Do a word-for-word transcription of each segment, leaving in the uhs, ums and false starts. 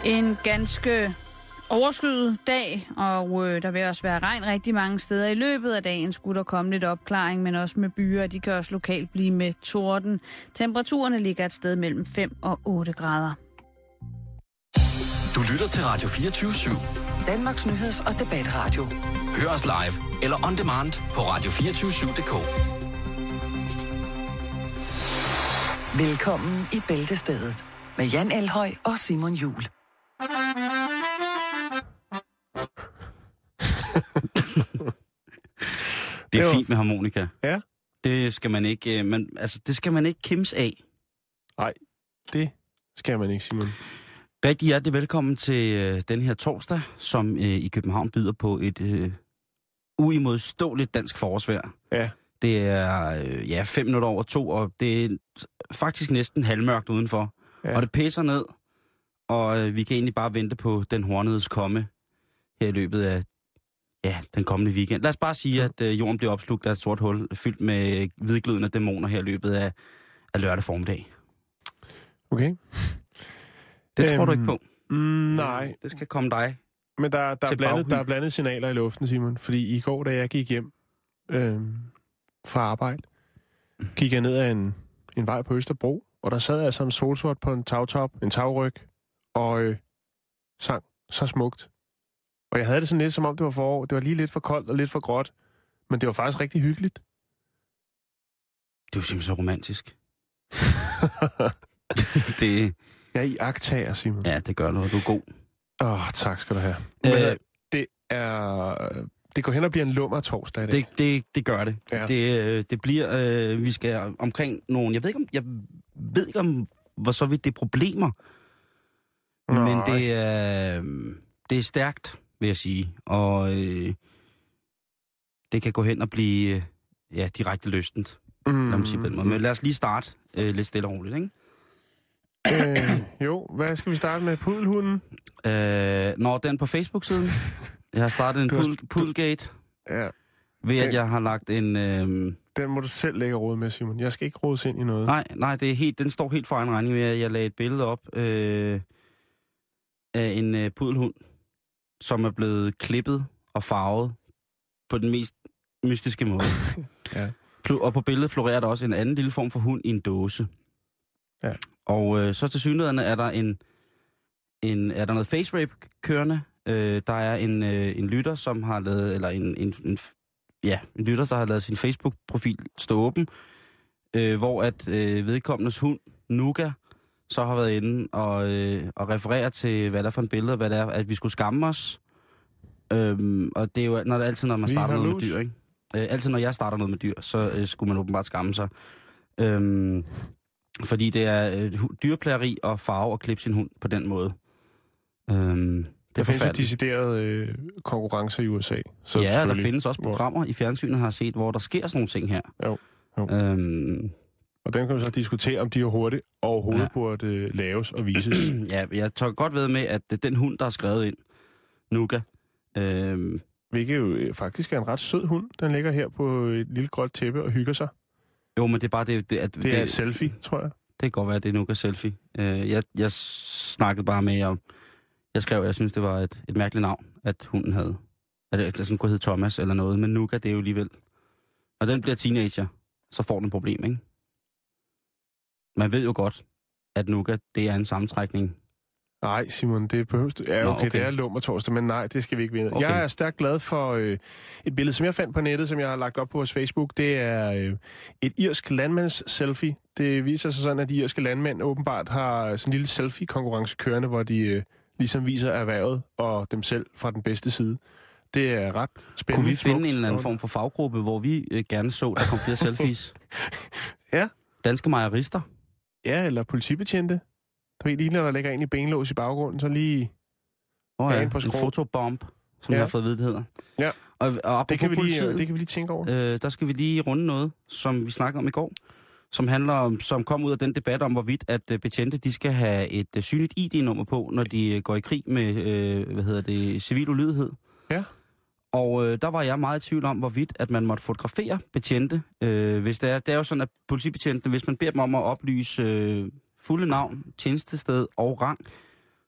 En ganske overskyet dag, og øh, der vil også være regn rigtig mange steder i løbet af dagen. Skulle der komme lidt opklaring, men også med byer. De kan også lokalt blive med torden. Temperaturerne ligger et sted mellem fem og otte grader. Du lytter til Radio fireogtyve syv. Danmarks nyheds- og debatradio. Hør os live eller on demand på radio to fire syv punktum d k. Velkommen i Bæltestedet med Jan Elhøj og Simon Juhl. Det er fint med harmonika. Ja. Det skal man ikke, man, altså det skal man ikke kimse af. Nej, det skal man ikke, Simon. Rigtig hjertelig velkommen til øh, den her torsdag, som øh, i København byder på et øh, uimodståeligt dansk forårsvejr. Ja. Det er øh, ja, fem minutter over to, og det er faktisk næsten halvmørkt udenfor. Ja. Og det pisser ned, og øh, vi kan egentlig bare vente på den hornedes komme her i løbet af ja, den kommende weekend. Lad os bare sige, ja. at øh, jorden bliver opslugt af et sort hul, fyldt med hvidglødende dæmoner her i løbet af, af lørdag formiddag. Okay. Det tror øhm, du ikke på? Mm, nej. Det skal komme dig. Men der, der, er blandet, der er blandet signaler i luften, Simon. Fordi i går, da jeg gik hjem øh, fra arbejde, gik jeg ned ad en, en vej på Østerbro, og der sad jeg sådan solsort på en tagtop, en tagryg, og øh, sang så smukt. Og jeg havde det sådan lidt, som om det var forår. Det var lige lidt for koldt og lidt for gråt, men det var faktisk rigtig hyggeligt. Du er simpelthen så romantisk. det... Jeg er i agtager, Simon. Ja, det gør noget. Du er god. Åh, oh, tak skal du have. Øh, Men, det er... Det går hen og bliver en lummer torsdag i dag. Det, det, det gør det. Ja. Det, det bliver... Øh, vi skal omkring nogle... Jeg ved ikke, om, jeg ved ikke om hvor så vidt det er problemer. Nej. Men det er... Øh, det er stærkt, vil jeg sige. Og øh, det kan gå hen og blive... Øh, ja, direkte lystent. Mm. Lad mig sige på den måde. Men lad os lige starte øh, lidt stille og roligt, ikke? øh, jo, hvad skal vi starte med? Pudelhunden? Øh, når den på Facebook-siden. Jeg har startet en pudel, pudelgate. Ja. Ved den, at jeg har lagt en... Øh, den må du selv lægge råd med, Simon. Jeg skal ikke rådes ind i noget. Nej, nej, det er helt, den står helt for egen regning ved, at jeg lagde et billede op øh, af en øh, pudelhund, som er blevet klippet og farvet på den mest mystiske måde. Ja. Og på billedet florerer der også en anden lille form for hund i en dåse. Ja. Og øh, så til synligheden er der en, en er der noget face rape kørende. Øh, der er en, øh, en lytter, som har lavet, eller en, en, en, ja, en lytter, der har lavet sin Facebook-profil stå åben, øh, hvor at øh, vedkommendes hund, Nuga, så har været inde og, øh, og referere til, hvad der er for en billede, hvad det er, at vi skulle skamme os. Øhm, og det er jo når det, altid, når man starter noget lus. med dyr, ikke? Øh, altid, når jeg starter noget med dyr, så øh, skulle man åbenbart skamme sig. Øhm, fordi det er øh, dyrplageri og farve og klippe sin hund på den måde. Øhm, det der findes deciderede øh, konkurrencer i U S A. Så ja, der findes også programmer hvor... i fjernsynet, har set, hvor der sker sådan nogle ting her. Jo. jo. Øhm, og den kan vi så diskutere, om de er hurtigt overhovedet ja. burde øh, laves og vises. Ja, jeg tager godt ved med, at den hund, der er skrevet ind, Nuga... Øhm, Hvilket jo øh, faktisk er en ret sød hund. Den ligger her på et lille gråt tæppe og hygger sig. Jo, men det er bare det... Det, at, det, det er selfie, tror jeg. Det kan godt være, at det er Nuga selfie. Øh, jeg, jeg snakkede bare med om... Jeg skrev, at jeg synes, det var et, et mærkeligt navn, at hunden havde. At det sådan kunne hedde Thomas eller noget. Men Nuga, det er jo alligevel... Når den bliver teenager, så får den et problem, ikke? Man ved jo godt, at Nuga, det er en sammentrækning. Nej, Simon, det behøves du... Ja, okay, Nå, okay, det er lummer torsdag, men nej, det skal vi ikke vide. Okay. Jeg er stærkt glad for øh, et billede, som jeg fandt på nettet, som jeg har lagt op på vores Facebook. Det er øh, et irsk landmands-selfie. Det viser sig sådan, at de irske landmænd åbenbart har sådan en lille selfie-konkurrence kørende, hvor de øh, ligesom viser erhvervet og dem selv fra den bedste side. Det er ret spændende. Kunne vi finde en eller anden form for faggruppe, hvor vi øh, gerne så, der kom flere selfies? Ja. Danske mejerister? Ja, eller politibetjente. Du ved, lige når der ligger en i benlås i baggrunden, så lige... Åh oh, ja, en, en fotobomb, som ja. jeg har fået at vide, det hedder. Ja, og, og det, kan vi politiet, lige, det kan vi lige tænke over. Øh, der skal vi lige runde noget, som vi snakkede om i går, som handler om, som kom ud af den debat om, hvorvidt at uh, betjente, de skal have et uh, synligt I D-nummer på, når de uh, går i krig med, uh, hvad hedder det, civil ulydighed. Ja. Og uh, der var jeg meget i tvivl om, hvorvidt at man måtte fotografere betjente. Uh, hvis det er, det er jo sådan, at politibetjentene, hvis man beder dem om at oplyse uh, fulde navn, tjenestested og rang,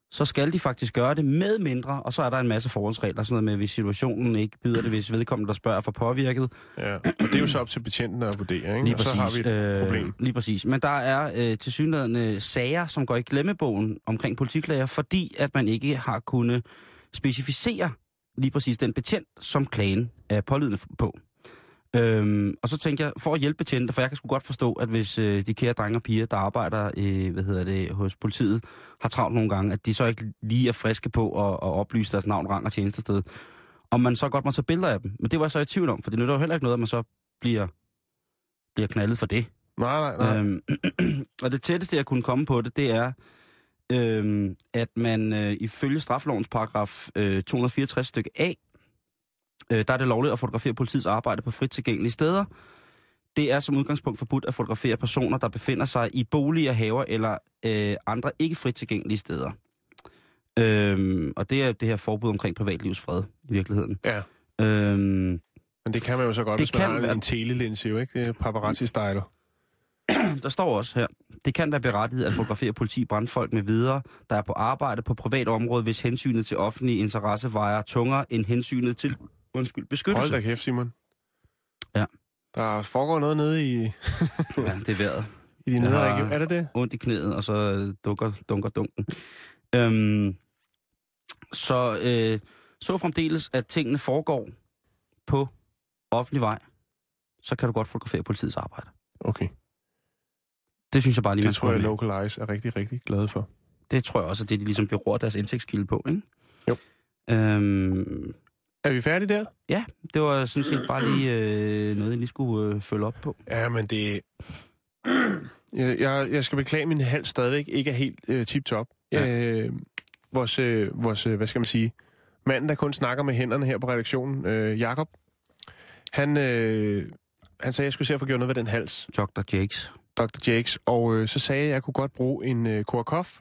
så skal de faktisk gøre det med mindre, og så er der en masse forholdsregler, sådan noget med, hvis situationen ikke byder det, hvis vedkommende, der spørger, for påvirket. Ja, og det er jo så op til betjenten at vurdere, ikke? Lige og præcis, så har vi et problem. Øh, lige præcis. Men der er øh, tilsyneladende sager, som går i glemmebogen omkring politiklager, fordi at man ikke har kunnet specificere lige præcis den betjent, som klagen er pålydende på. Øhm, og så tænkte jeg, for at hjælpe betjente, for jeg kan sgu godt forstå, at hvis øh, de kære drenge og piger, der arbejder øh, hvad hedder det, hos politiet, har travlt nogle gange, at de så ikke lige er friske på at, at oplyse deres navn, rang og tjenestested, og man så godt må tage billeder af dem. Men det var jeg så i tvivl om, for det nytter jo heller ikke noget, at man så bliver, bliver knaldet for det. Nej, nej, nej. Øhm, og det tætteste, jeg kunne komme på det, det er, øhm, at man øh, ifølge straffelovens paragraf øh, to hundrede fireogtres stykke A, der er det lovligt at fotografere politiets arbejde på frit tilgængelige steder. Det er som udgangspunkt forbudt at fotografere personer, der befinder sig i boliger, haver eller øh, andre ikke frit tilgængelige steder. Øhm, og det er det her forbud omkring privatlivets fred i virkeligheden. Ja. Øhm, Men det kan man jo så godt, hvis man har være... en telelinse, jo ikke? Det er paparazzi-style. Der står også her, det kan være berettiget at fotografere politi, brandfolk med videre, der er på arbejde på privat område, hvis hensynet til offentlig interesse vejer tungere end hensynet til undskyld, beskyttelse. Hold da kæft, Simon. Ja. Der foregår noget nede i... ja, det er vejret. I de nedre region. Er det det? Ondt i knæet, og så dunker, dunker dunken. Øhm, så øh, så fremdeles, at tingene foregår på offentlig vej, så kan du godt fotografere politiets arbejde. Okay. Det synes jeg bare lige, det man tror jeg, Localize er rigtig, rigtig glade for. Det tror jeg også, at det de ligesom beror deres indtægtskilde på, ikke? Jo. Øhm, er vi færdige der? Ja, det var sådan set bare lige øh, noget, jeg lige skulle øh, følge op på. Ja, men det... jeg, jeg, jeg skal beklage, min hals stadigvæk ikke er helt øh, tip-top. Ja. Øh, vores, øh, vores, øh, hvad skal man sige, manden, der kun snakker med hænderne her på redaktionen, øh, Jakob, han, øh, han sagde, at jeg skulle se at få gjort noget ved den hals. doktor Jakes. doktor Jakes, og øh, så sagde jeg, at jeg kunne godt bruge en øh, Kurakoff.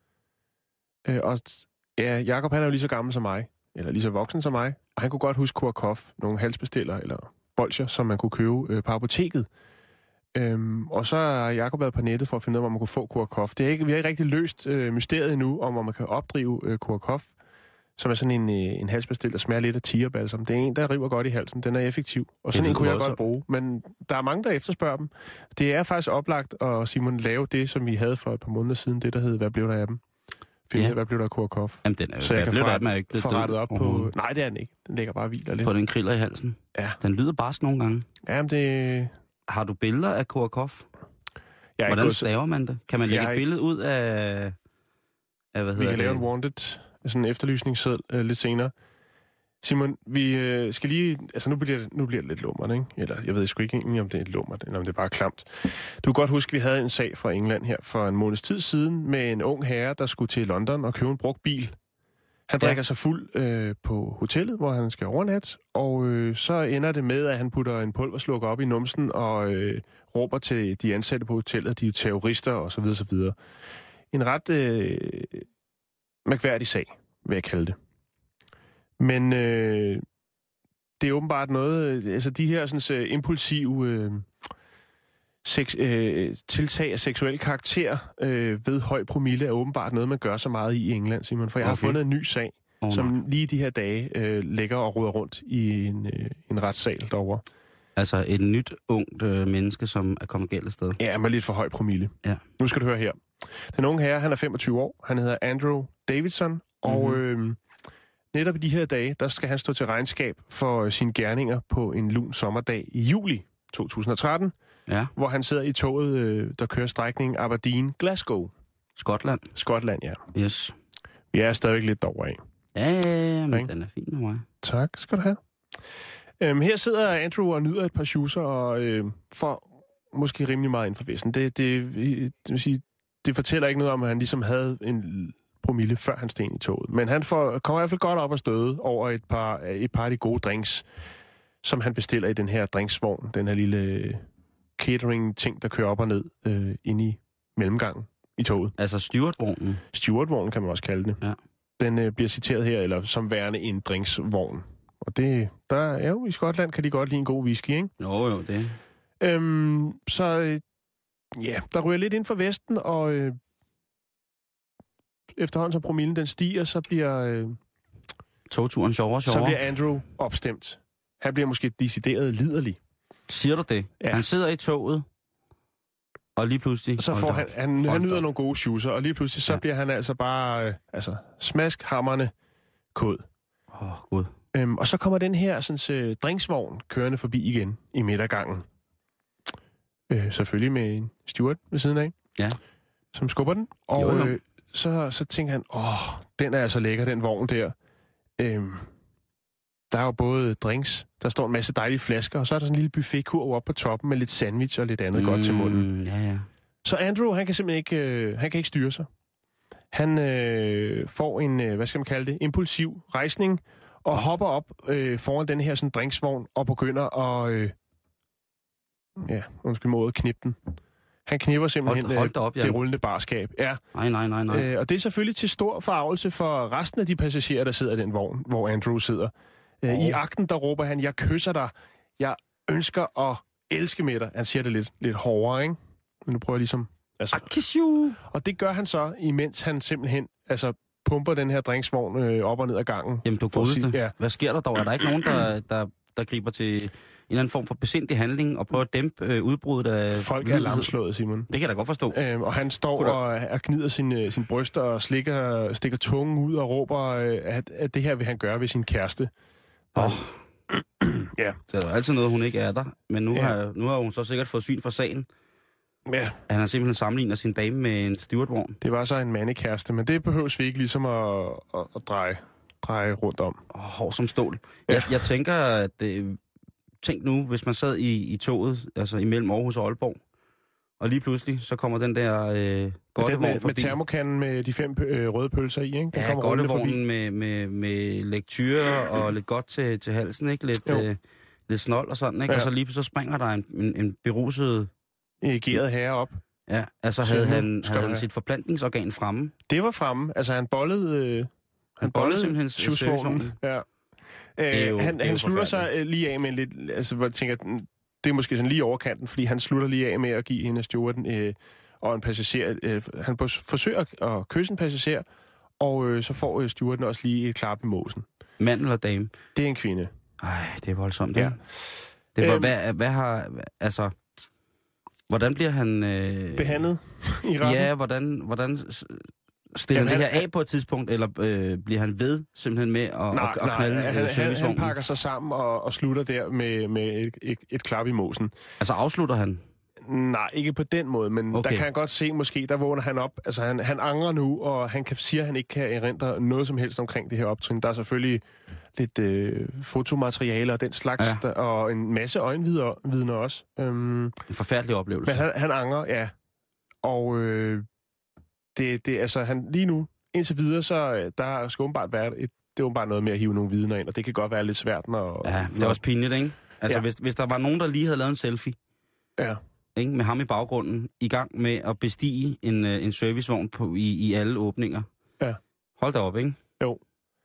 Øh, og ja, Jakob, han er jo lige så gammel som mig, eller lige så voksen som mig, og han kunne godt huske Kurakoff, nogle halsbestiller eller bolcher, som man kunne købe øh, på apoteket. Øhm, og så har Jakob været på nettet for at finde ud af, hvor man kunne få Kurakoff. Det er ikke, vi har ikke rigtig løst øh, mysteriet endnu, om hvor man kan opdrive øh, Kurakoff, som er sådan en, øh, en halsbestil, der smager lidt af tigerbalsam. Det er en, der river godt i halsen. Den er effektiv. Og sådan en kunne jeg godt bruge. Men der er mange, der efterspørger dem. Det er faktisk oplagt at, Simon, lave det, som vi havde for et par måneder siden. Det, der hed, hvad blev der af dem? Finde, ja. Hvad blev der af Kurakoff? Jamen, den er jo... Så jeg kan få rettet op på... Uh-huh. Nej, det er den ikke. Den ligger bare og hviler lidt. På den kriller i halsen? Ja. Den lyder bare sådan nogle gange. Jamen, det... Har du billeder af Kurakoff? Jeg Hvordan staver man det? Kan man lægge et billede ud af... af hvad vi kan det? lave en wanted... sådan en efterlysningsseddel øh, lidt senere. Simon, vi øh, skal lige... Altså, nu bliver, det, nu bliver det lidt lummert, ikke? Eller, jeg ved sgu ikke egentlig, om det er lummert, eller om det er bare klamt. Du kan godt huske, at vi havde en sag fra England her for en måneds tid siden, med en ung herre, der skulle til London og købe en brugt bil. Han drikker ja. sig fuld øh, på hotellet, hvor han skal overnatte, og øh, så ender det med, at han putter en pulverslukker op i numsen og øh, råber til de ansatte på hotellet, at de er terrorister, og så videre, så videre. En ret... Øh, mærkværdig sag, vil jeg kalde det. Men øh, det er åbenbart noget... Altså, de her sådan, uh, impulsive øh, sex, øh, tiltag af seksuel karakter øh, ved høj promille er åbenbart noget, man gør så meget i i England, Simon. For jeg okay. har fundet en ny sag, oh, som lige de her dage øh, ligger og ruder rundt i en, øh, en retssal derovre. Altså et nyt, ungt øh, menneske, som er kommet galt af sted? Ja, med lidt for høj promille. Ja. Nu skal du høre her. Den unge herre, han er femogtyve år. Han hedder Andrew Davidson, og mm-hmm. øh, netop i de her dage, der skal han stå til regnskab for sine gerninger på en lun sommerdag i juli to tusind og tretten, ja. hvor han sidder i toget, øh, der kører strækningen Aberdeen-Glasgow. Skotland? Skotland, ja. Yes. Vi er stadigvæk lidt derovre af. Ja, ja, ja, men okay. Den er fin med mig. Tak skal du have. Øhm, her sidder Andrew og nyder et par shoeser og øh, får måske rimelig meget inden for væsen. Det, det, det vil sige, det fortæller ikke noget om, at han ligesom havde en promille, før han steg ind i toget. Men han får, kommer i hvert fald godt op og støde over et par, et par af de gode drinks, som han bestiller i den her drinksvogn. Den her lille catering-ting, der kører op og ned øh, inde i mellemgangen i toget. Altså stewardvognen? Stewardvognen kan man også kalde det. Ja. Den øh, bliver citeret her, eller som værende en drinksvogn. Og det, der er jo i Skotland, kan de godt lide en god whisky, ikke? Jo, jo, det. Øhm, så... Øh, Ja, der ryger lidt ind for Vesten, og øh, efterhånden som promillen den stiger, så bliver... Øh, togturen sjovere og sjovere. Så bliver Andrew opstemt. Han bliver måske decideret liderlig. Siger du det? Ja. Han sidder i toget, og lige pludselig... Så får han, han, han nyder nogle gode shoeser, og lige pludselig så ja. bliver han altså bare øh, altså, smaskhamrende kod. Åh, oh, gud. Øhm, og så kommer den her sådan, øh, drinksvogn kørende forbi igen i midtergangen. Øh, selvfølgelig med en steward ved siden af, ja. som skubber den. Og jo, jo. Øh, så, så tænker han, åh, den er altså lækker, den vogn der. Øhm, der er jo både drinks, der står en masse dejlige flasker, og så er der sådan en lille buffetkurv oppe på toppen med lidt sandwich og lidt andet mm, godt til munden. Ja, ja. Så Andrew, han kan simpelthen ikke, øh, han kan ikke styre sig. Han øh, får en, øh, hvad skal man kalde det, impulsiv rejsning, og hopper op øh, foran den her sådan drinksvogn, og begynder at, øh, ja, undskyld mig ordet, knippe den. Han knipper simpelthen hold, hold op, det rullende barskab. Ja. Nej, nej, nej, nej. Øh, og det er selvfølgelig til stor forargelse for resten af de passagerer, der sidder i den vogn, hvor Andrew sidder. Øh, oh. I akten, der råber han, jeg kysser dig. Jeg ønsker at elske med dig. Han siger det lidt, lidt hårdere, ikke? Men nu prøver jeg ligesom... Altså, I kiss you. Og det gør han så, imens han simpelthen altså, pumper den her drinksvogn øh, op og ned ad gangen. Jamen, du godeste. Ja. Hvad sker der dog? Er der ikke nogen, der, der, der griber til... en eller anden form for besindig handling, og prøve at dæmpe øh, udbruddet af... Folk er lamslået, Simon. Det kan jeg da godt forstå. Øhm, og han står og, og gnider sin, sin bryster og slikker, stikker tungen ud og råber, øh, at, at det her vil han gøre ved sin kæreste. Åh. Oh. Ja. Så det er altid noget, hun ikke er der. Men nu, ja. har, nu har hun så sikkert fået syn for sagen. Ja. Han har simpelthen sammenlignet sin dame med en stewardvogn. Det var så en mandekæreste, men det behøves vi ikke ligesom at, at, at dreje, dreje rundt om. Åh, oh, hård som stål. Ja. Jeg, jeg tænker, at... Øh, tænk nu, hvis man sad i, i toget, altså imellem Aarhus og Aalborg, og lige pludselig, så kommer den der øh, godtevogn forbi. Med termokanden med de fem øh, røde pølser i, ikke? Den ja, godtevognen med, med, med lektyre og lidt godt til, til halsen, ikke? Lidt, øh, lidt snold og sådan, ikke? Ja. Og så lige så springer der en, en, en beruset... Egeret herre op. Ja, altså havde han, havde han sit forplantningsorgan fremme. Det var fremme. Altså han bollede... Øh, han, han bollede simpelthen shoesvognen. Ja. Jo, han han slutter sig lige af med lidt, altså jeg tænker, det er måske sådan lige overkanten, fordi han slutter lige af med at give hende stewarden øh, og en passager, øh, han forsøger at kysse en passager, og øh, så får øh, stewarden også lige et klap i måsen. Mand eller dame? Det er en kvinde. Ej, det er voldsomt. Ja. Det var, øhm, hvad, hvad har, altså, hvordan bliver han... Øh, behandlet i retten? Ja, hvordan... hvordan stiller Jamen, det her af på et tidspunkt, eller øh, bliver han ved simpelthen med at, nej, at, at knalde nej, han, han, han pakker sig sammen og, og slutter der med, med et, et, et klap i måsen. Altså afslutter han? Nej, ikke på den måde, men okay. Der kan jeg godt se måske, der vågner han op. Altså han, han angrer nu, og han kan, siger, at han ikke kan erindre noget som helst omkring det her optrin. Der er selvfølgelig lidt øh, fotomateriale og den slags, ja. der, og en masse øjenvidner også. Øhm, en forfærdelig oplevelse. Men han, han angrer, ja. Og... Øh, Det, det, altså, han, lige nu, indtil videre, så der skal åbenbart være et, det er åbenbart noget med at hive nogle vidner ind, og det kan godt være lidt svært, når... Ja, det er også pinligt, ikke? Altså, ja. hvis, hvis der var nogen, der lige havde lavet en selfie, ja. ikke, med ham i baggrunden, i gang med at bestige en, en servicevogn på, i, i alle åbninger. Ja. Hold da op, ikke? Jo.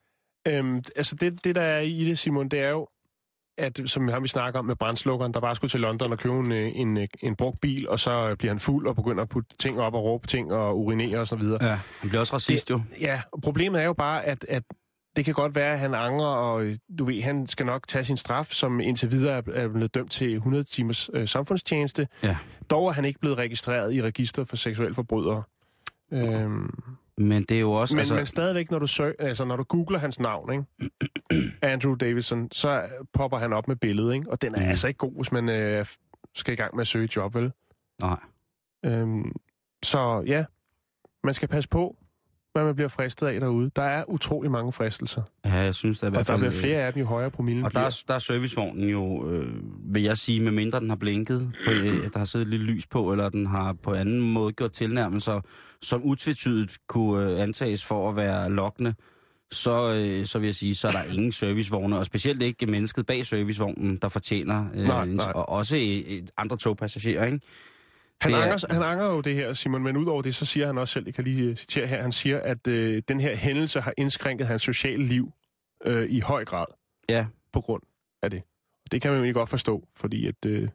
Øhm, altså, det, det, der er i det, Simon, det er jo, at, som vi har vi snakket om med brandslukkeren, der bare skulle til London og købe en, en, en brugt bil, og så bliver han fuld og begynder at putte ting op og råbe ting og urinere og så videre. Ja, han bliver også racist det, jo. Ja, og problemet er jo bare, at, at det kan godt være, at han angrer, og du ved, han skal nok tage sin straf, som indtil videre er blevet dømt til hundrede timers øh, samfundstjeneste. Ja. Dog er han ikke blevet registreret i register for seksuelle forbrydere. Okay. Øhm, Men det er jo også... Men, altså... men stadigvæk, når du, søg, altså, når du googler hans navn, ikke? Andrew Davidson, så popper han op med billedet, ikke? Og den er mm. altså ikke god, hvis man øh, skal i gang med at søge et job, vel? Nej. Øhm, så ja, man skal passe på, hvad man bliver fristet af derude. Der er utrolig mange fristelser. Ja, jeg synes, der er i hvert fald... Og der bliver flere af dem, jo højere promillen Og der er, der er servicevognen jo, øh, vil jeg sige, med mindre den har blinket, på, øh, der har siddet lidt lys på, eller den har på anden måde gjort tilnærmelser, som utvetydigt kunne øh, antages for at være lokkende, så, øh, så vil jeg sige, så er der ingen servicevogne, og specielt ikke mennesket bag servicevognen, der fortjener, øh, nej, nej. og også øh, andre togpassagerer, ikke? Han, er... anger, han anger jo det her, Simon, men udover det, så siger han også selv, jeg kan lige citere her, han siger, at øh, den her hændelse har indskrænket hans sociale liv øh, i høj grad. Ja. På grund af det. Det kan man jo ikke godt forstå, fordi at, øh,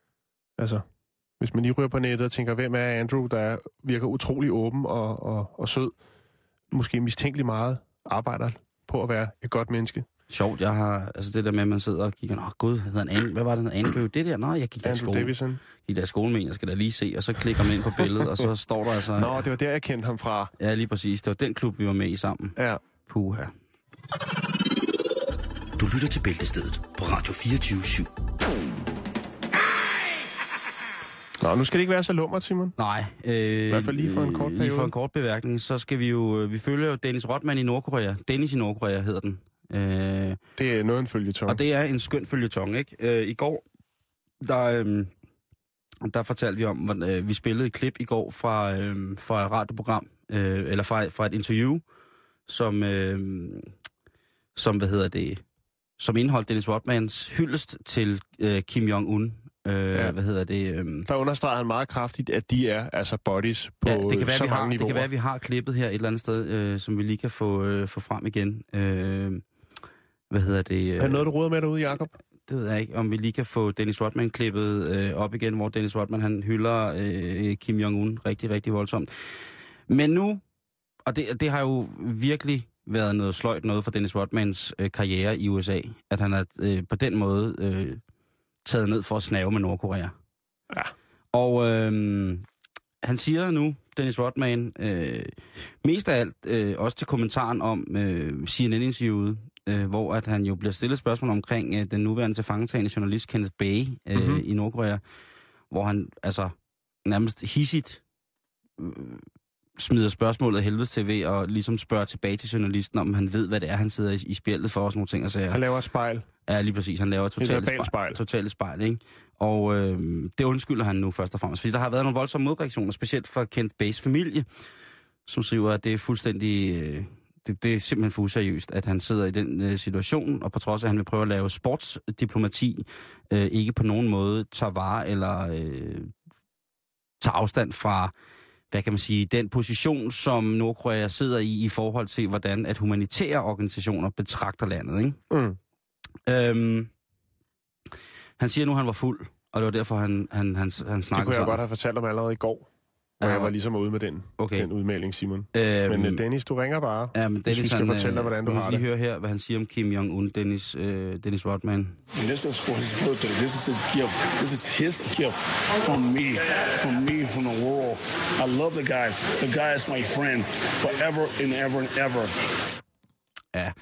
altså, hvis man lige ryger på nettet og tænker, hvem er Andrew, der virker utrolig åben og, og, og sød, måske mistænkeligt meget arbejder på at være et godt menneske. Sjovt, jeg har, altså det der med, at man sidder og kigger, åh gud, hedder han An, hvad var det, Andrew, det der, nå, jeg gik der i skole. Davison. De der skolemen, jeg skal da lige se, og så klikker man ind på billedet, og så står der altså... Nå, det var der, jeg kendte ham fra. Ja, lige præcis, det var den klub, vi var med i sammen. Ja. Puha. Du lytter til Bæltestedet på Radio fireogtyve syv. Nå, nu skal det ikke være så lummert, Simon. Nej. Øh, I hvert fald lige for en kort periode. Lige for en kort beværkning, så skal vi jo... Vi følger jo Dennis Rodman i Nordkorea. Dennis i Nordkorea hedder den. Øh, det er noget en følgetong. Og det er en skøn følgetong, ikke? Øh, I går, der, øh, der fortalte vi om, hvordan øh, vi spillede et klip i går fra, øh, fra et radioprogram, øh, eller fra, fra et interview, som, øh, som, hvad hedder det, som indeholdt Dennis Rodmans hyldest til øh, Kim Jong-un. Øh, ja. Hvad hedder det? Øh, der understreger han meget kraftigt, at de er altså buddies på ja, det kan være, så vi mange har, niveauer. Det kan være, at vi har klippet her et eller andet sted, øh, som vi lige kan få, øh, få frem igen. Øh, hvad hedder det? Øh, er det noget, du råder med derude, Jacob? Det ved jeg ikke, om vi lige kan få Dennis Rodman klippet øh, op igen, hvor Dennis Rodman han hylder øh, Kim Jong-un rigtig, rigtig voldsomt. Men nu, og det, det har jo virkelig været noget sløjt noget for Dennis Rodmans øh, karriere i U S A, at han er øh, på den måde øh, taget ned for at snave med Nordkorea. Ja. Og øh, han siger nu, Dennis Rodman, øh, mest af alt øh, også til kommentaren om øh, C N N-interviewet, øh, hvor at han jo bliver stillet spørgsmål omkring øh, den nuværende tilfangetagende journalist Kenneth Bae øh, mm-hmm. i Nordkorea, hvor han altså nærmest hissigt øh, smider spørgsmålet af helvede til ved og ligesom spørger tilbage til journalisten, om han ved, hvad det er, han sidder i, i spjældet for og sådan nogle ting. Og så, han laver et spejl. Ja, lige præcis. Han laver et totalt spejl. spejl. Totalt spejl, ikke? Og øh, det undskylder han nu først og fremmest, fordi der har været nogle voldsomme modreaktioner, specielt fra Kenneth Baes familie, som skriver, at det er fuldstændig... Øh, det, det er simpelthen for useriøst, at han sidder i den øh, situation, og på trods af, at han vil prøve at lave sportsdiplomati, øh, ikke på nogen måde tager vare eller øh, tager afstand fra, hvad kan man sige, den position, som Nordkorea sidder i, i forhold til, hvordan at humanitære organisationer betragter landet, ikke? Mm. Øhm, han siger nu, at han var fuld, og det var derfor, han, han, han, han snakkede Det kunne jeg sådan. godt have fortalt om allerede i går, hvor ja, jeg var ligesom ude med den, okay. den udmelding, Simon. Øhm, men uh, Dennis, du ringer bare, ja, men Dennis, hvis vi skal han, fortælle dig, hvordan du har det. Vi lige høre her, hvad han siger om Kim Jong-un, Dennis, øh, Dennis Rodman. This is for his birthday. This is his gift. This is his gift from me, from me, from the world. I love the guy. The guy is my friend forever and ever and ever. Ja.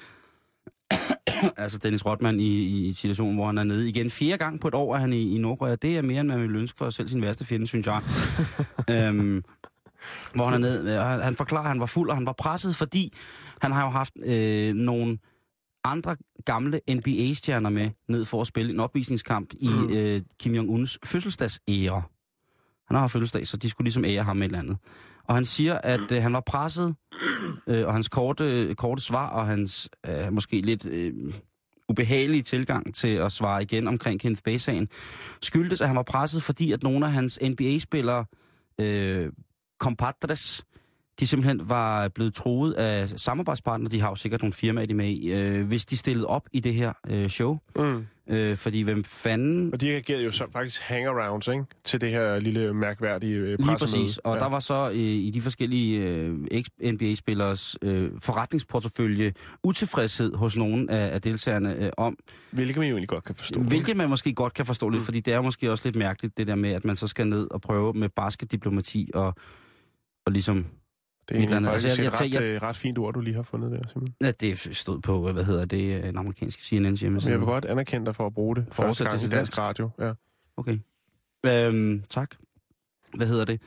Altså Dennis Rodman i, i situationen, hvor han er nede igen. Fjerde gang på et år er han i, i Nordkorea. Det er mere, end man vil ønske for selv sin værste fjende, synes jeg. øhm, hvor han er nede. Han, han forklarer, at han var fuld, og han var presset, fordi han har jo haft øh, nogle andre gamle N B A-stjerner med ned for at spille en opvisningskamp i øh, Kim Jong-uns fødselsdagsære. Han har haft fødselsdag, så de skulle ligesom ære ham med et eller andet. Og han siger, at øh, han var presset, øh, og hans korte, korte svar, og hans øh, måske lidt øh, ubehagelige tilgang til at svare igen omkring Kenneth Bae-sagen, skyldtes, at han var presset, fordi at nogle af hans N B A-spillere, øh, compadres, de simpelthen var blevet truet af samarbejdspartnere. De har jo sikkert nogle firmaer, de med i, øh, hvis de stillede op i det her øh, show. Mm. Øh, fordi hvem fanden... Og de reagerede jo så faktisk hangarounds, ikke? Til det her lille mærkværdige øh, pressemøde. Lige præcis. Og ja. Der var så øh, i de forskellige øh, N B A-spillers øh, forretningsportefølje utilfredshed hos nogle af, af deltagerne øh, om... Hvilket man jo egentlig godt kan forstå. Hvilket man måske godt kan forstå lidt, mm. fordi det er måske også lidt mærkeligt, det der med, at man så skal ned og prøve med basketdiplomati og, og ligesom... Det er egentlig faktisk altså, jeg, jeg, et ret, jeg, ret fint ord, du lige har fundet der, Simon. Ja, det stod på, hvad hedder det, en amerikansk C N N's hjemmeside. Jeg vil godt anerkende dig for at bruge det. Første gang i dansk radio, ja. Okay. Øhm, tak. Hvad hedder det?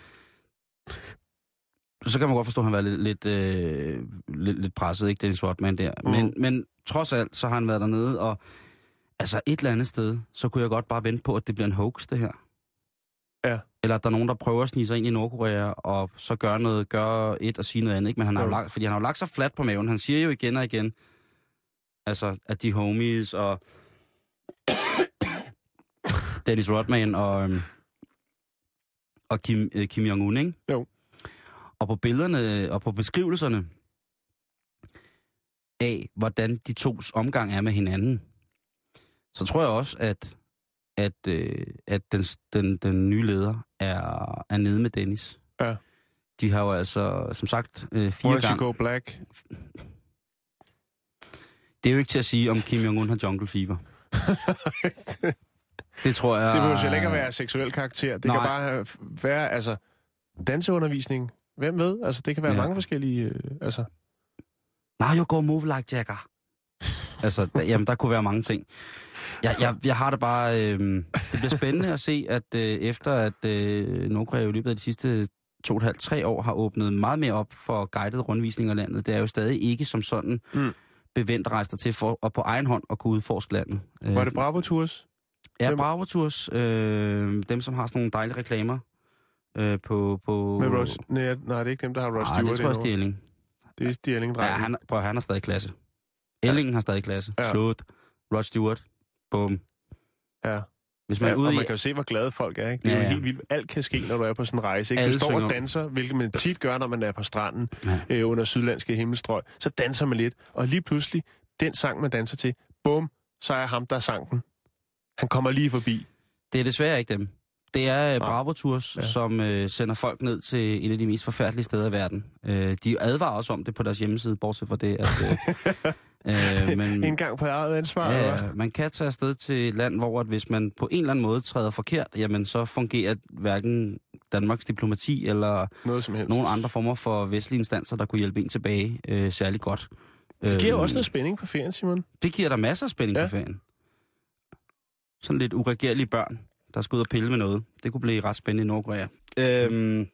Så kan man godt forstå, at han var lidt, lidt, øh, lidt, lidt presset, ikke, Dennis Rodman der. Mm. Men, men trods alt, så har han været dernede, og altså et eller andet sted, så kunne jeg godt bare vente på, at det bliver en hoax, det her. Ja. Eller at der er nogen, der prøver at snige sig ind i Nordkorea, og så gør noget, gør et og sige noget andet, ikke? Men han har jo lagt, fordi han har jo lagt sig fladt på maven. Han siger jo igen og igen, altså, at de homies og Dennis Rodman og, og Kim, øh, Kim Jong-un, ikke? Jo. Og på billederne og på beskrivelserne af, hvordan de tos omgang er med hinanden, så tror jeg også, at at, øh, at den, den, den nye leder er, er nede med Dennis. Ja. de har jo altså, som sagt, øh, fire gange... go black. Det er jo ikke til at sige, om Kim Jong-un har jungle fever. Det tror jeg... Det behøver jo ikke at være seksuel karakter. Det Nej. kan bare være, altså, danseundervisning. Hvem ved? Altså, det kan være ja. mange forskellige, øh, altså... Now you go move like Jagger. altså, der, jamen, der kunne være mange ting. Jeg, jeg, jeg har det bare... Øh, det bliver spændende at se, at øh, efter at øh, Nordkorea i løbet af de sidste to og et halvt, tre år har åbnet meget mere op for guidede rundvisninger af landet. Det er jo stadig ikke som sådan mm. bevendt rejser til for og på egen hånd at kunne udforske landet. Var det Bravo Tours? Ja, Bravo Tours. Øh, dem, som har sådan nogle dejlige reklamer øh, på... på... Med Ross... Nej, nej, det er ikke dem, der har Ross Stewart. Nej, det tror jeg, det er Elling. Det er de Elling, ja, han, prøv, han har stadig klasse. Ellingen ja. har stadig klasse. Ja. Slut. Ross Stewart. Bum. Ja. Hvis man, ja, er ude og i... man kan jo se, hvor glade folk er. Ikke? Det er ja, ja. jo helt vildt. Alt kan ske, når du er på sådan en rejse. Ikke? Du står og danser, hvilket man tit gør, når man er på stranden ja. øh, under sydlandske himmelstrøg. Så danser man lidt, og lige pludselig, den sang, man danser til, bum, så er ham, der sang den. Han kommer lige forbi. Det er desværre ikke dem. Det er Bravo Tours, ja. som øh, sender folk ned til en af de mest forfærdelige steder i verden. Øh, de advarer også om det på deres hjemmeside, bortset fra det, at... Øh, øh, men, en gang på eget ansvar. Ja, man kan tage afsted til et land, hvor at hvis man på en eller anden måde træder forkert, jamen så fungerer hverken Danmarks diplomati eller noget som helst. Nogle andre former for vestlige instanser, der kunne hjælpe en tilbage øh, særlig godt. Det giver øh, også noget spænding på ferien, Simon. Det giver der masser af spænding ja. på ferien. Sådan lidt uregerlige børn, der skal ud og pille med noget. Det kunne blive ret spændende i Nordkorea. Øhm,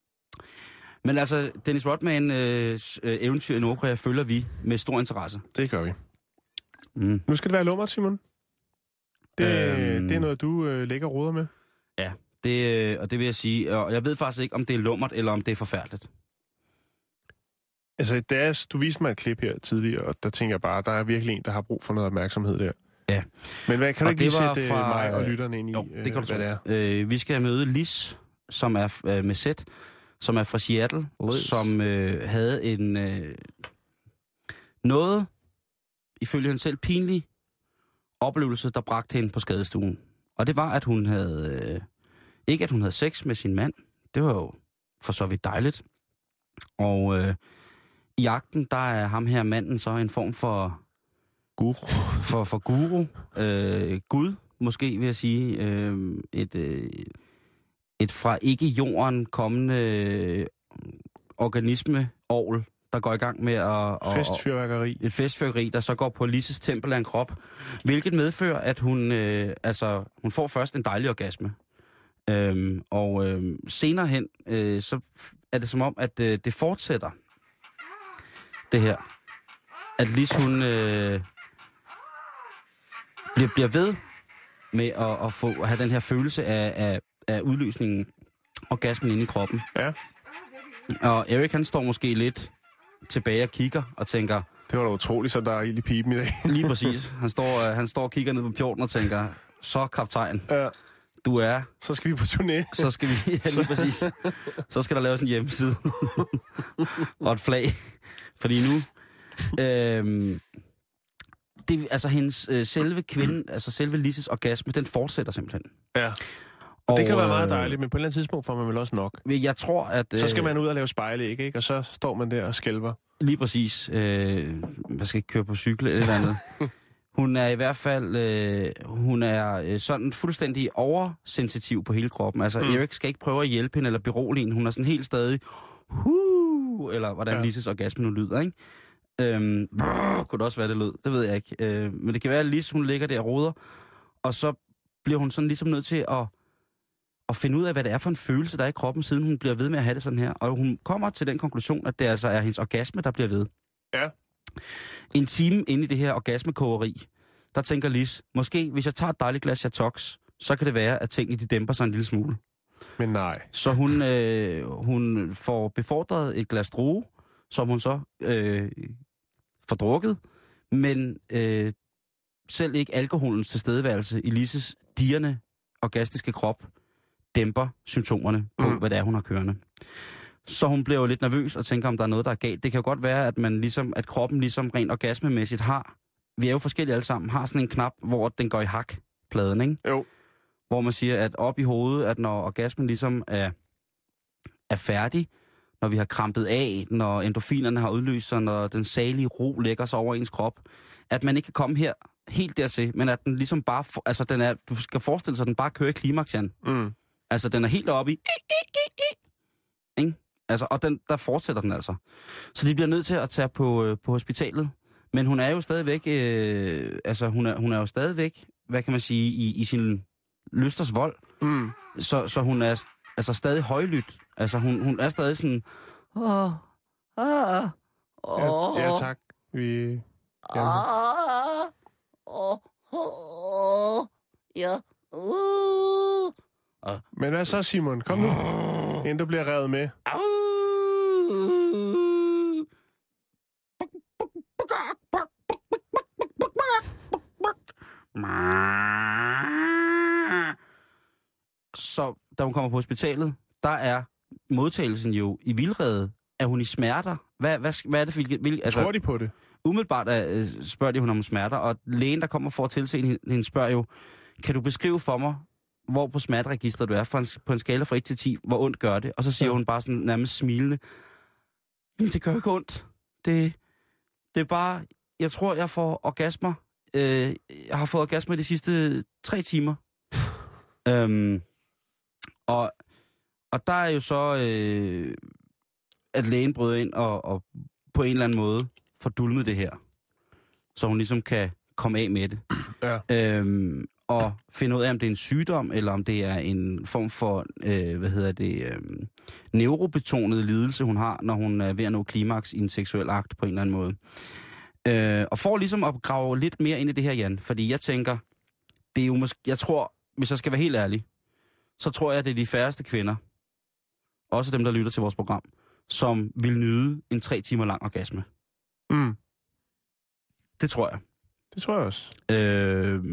men altså, Dennis Rodman øh, eventyr i Nordkorea følger vi med stor interesse. Det gør vi. Mm. Nu skal det være lummert, Simon. Det, øhm, det er noget, du øh, lægger råder med. Ja, det, øh, og det vil jeg sige. Og jeg ved faktisk ikke, om det er lummert, eller om det er forfærdeligt. Altså, der, du viste mig et klip her tidligere, og der tænker jeg bare, der er virkelig en, der har brug for noget opmærksomhed der. Ja. Men hvad, kan og du ikke lige sætte fra, mig og lytterne ind i, jo, det kan øh, hvad det er? Øh, vi skal møde Lis, som er øh, med Z, som er fra Seattle, Liz. som øh, havde en øh, noget, ifølge hende selv, pinlig oplevelse, der bragte hende på skadestuen. Og det var, at hun havde, øh, ikke at hun havde sex med sin mand, det var jo for så vidt dejligt. Og øh, i akten, der er ham her manden så en form for guru, for, for guru, øh, Gud, måske vil jeg sige, øh, et, øh, et fra ikke jorden kommende øh, organisme-orgel, der går i gang med at... at festfyrværkeri. Et festfyrværkeri, der så går på Lises tempel af en krop, hvilket medfører, at hun, øh, altså, hun får først en dejlig orgasme. Øhm, og øh, senere hen, øh, så er det som om, at øh, det fortsætter, det her. At Lis, hun øh, bliver, bliver ved med at, at, få, at have den her følelse af, af, af udløsningen, orgasmen inde i kroppen. Ja. Og Erik, han står måske lidt tilbage og kigger og tænker... Det var da utroligt, så der er ild i pipen i dag. Lige præcis. Han står, øh, han står og kigger ned på pjorten og tænker, så kaptajn, ja. du er... Så skal vi på turné. Så skal vi, ja, lige præcis. Så skal der laves en hjemmeside. Og et flag. Fordi nu... Øh, det, altså hendes øh, selve kvinde, altså selve Lises orgasme, den fortsætter simpelthen. Ja. Og det kan være meget dejligt, men på et eller andet tidspunkt får man vel også nok. Jeg tror, at... Øh, så skal man ud og lave spejle, ikke? Og så står man der og skælver. Lige præcis. Øh, man skal ikke køre på cykel eller eller andet. Hun er i hvert fald... Øh, hun er øh, sådan fuldstændig oversensitiv på hele kroppen. Altså, mm. Erik skal ikke prøve at hjælpe hende eller berolige hende. Hun er sådan helt stadig... Huh, eller hvordan ja. Lises orgasme nu lyder, ikke? Øhm, brrr, kunne det også være, det lød? Det ved jeg ikke. Øh, men det kan være, at Lis, hun ligger der og roder, og så bliver hun sådan ligesom nødt til at, at finde ud af, hvad det er for en følelse, der er i kroppen, siden hun bliver ved med at have det sådan her. Og hun kommer til den konklusion, at det altså er hendes orgasme, der bliver ved. Ja. En time inde i det her orgasmekogeri, der tænker Lis, måske hvis jeg tager et dejligt glas Chatox, så kan det være, at tingene de dæmper sig en lille smule. Men nej. Så hun, øh, hun får befordret et glas droge, som hun så øh, får drukket, men øh, selv ikke alkoholens tilstedeværelse i Lises dirrende orgastiske krop dæmper symptomerne på, mm. hvad det er, hun har kørende. Så hun bliver jo lidt nervøs og tænker, om der er noget, der er galt. Det kan jo godt være, at, man ligesom, at kroppen ligesom rent orgasmemæssigt har, vi er jo forskellige alle sammen, har sådan en knap, hvor den går i hak, pladen, ikke? Jo. Hvor man siger, at op i hovedet, at når orgasmen ligesom er, er færdig, når vi har krampet af, når endorfinerne har udløst sig, når den salige ro lægger sig over ens krop, at man ikke kan komme her helt dertil, men at den ligesom bare, for, altså den er, du skal forestille sig, at den bare kører i klimaks, Jan. Mm. Altså den er helt oppe i, ikke? Altså, og den, der fortsætter den altså. Så de bliver nødt til at tage på, øh, på hospitalet, men hun er jo stadigvæk, øh, altså hun er, hun er jo stadigvæk, hvad kan man sige, i, i sin lysters vold. Mm. Så, så hun er altså stadig højlydt. Altså hun, hun er stadig sådan, åh, åh, åh. Ja, ja, tak. Vi... Ja. Åh, åh, ja, uh. Men hvad så, Simon? Kom nu, inden du bliver revet med. Så da hun kommer på hospitalet, der er modtagelsen jo i vildrede. Er hun i smerter? Hvad, hvad, hvad er det for hvilket... Altså, tror de på det? Umiddelbart uh, spørger de hun om smerter, og lægen, der kommer for at tilse hende, hende spørger jo, kan du beskrive for mig, hvor på smerteregistret du er, for en, på en skala fra et til ti, hvor ondt gør det? Og så siger ja. hun bare sådan nærmest smilende, det gør ikke ondt. Det, det er bare, jeg tror, jeg får orgasmer. Øh, jeg har fået orgasmer de sidste tre timer. øhm, og, og der er jo så, øh, at lægen bryder ind og, og på en eller anden måde får dulmet det her, så hun ligesom kan komme af med det. Ja. Øhm, og finde ud af, om det er en sygdom, eller om det er en form for, øh, hvad hedder det, øh, neurobetonet lidelse, hun har, når hun er ved at nå klimaks i en seksuel akt på en eller anden måde. Øh, og for ligesom at grave lidt mere ind i det her, Jan, fordi jeg tænker, det er jo måske, jeg tror, hvis jeg skal være helt ærlig, så tror jeg, at det er de færreste kvinder, også dem, der lytter til vores program, som vil nyde en tre timer lang orgasme. Mm. Det tror jeg. Det tror jeg også. Øh,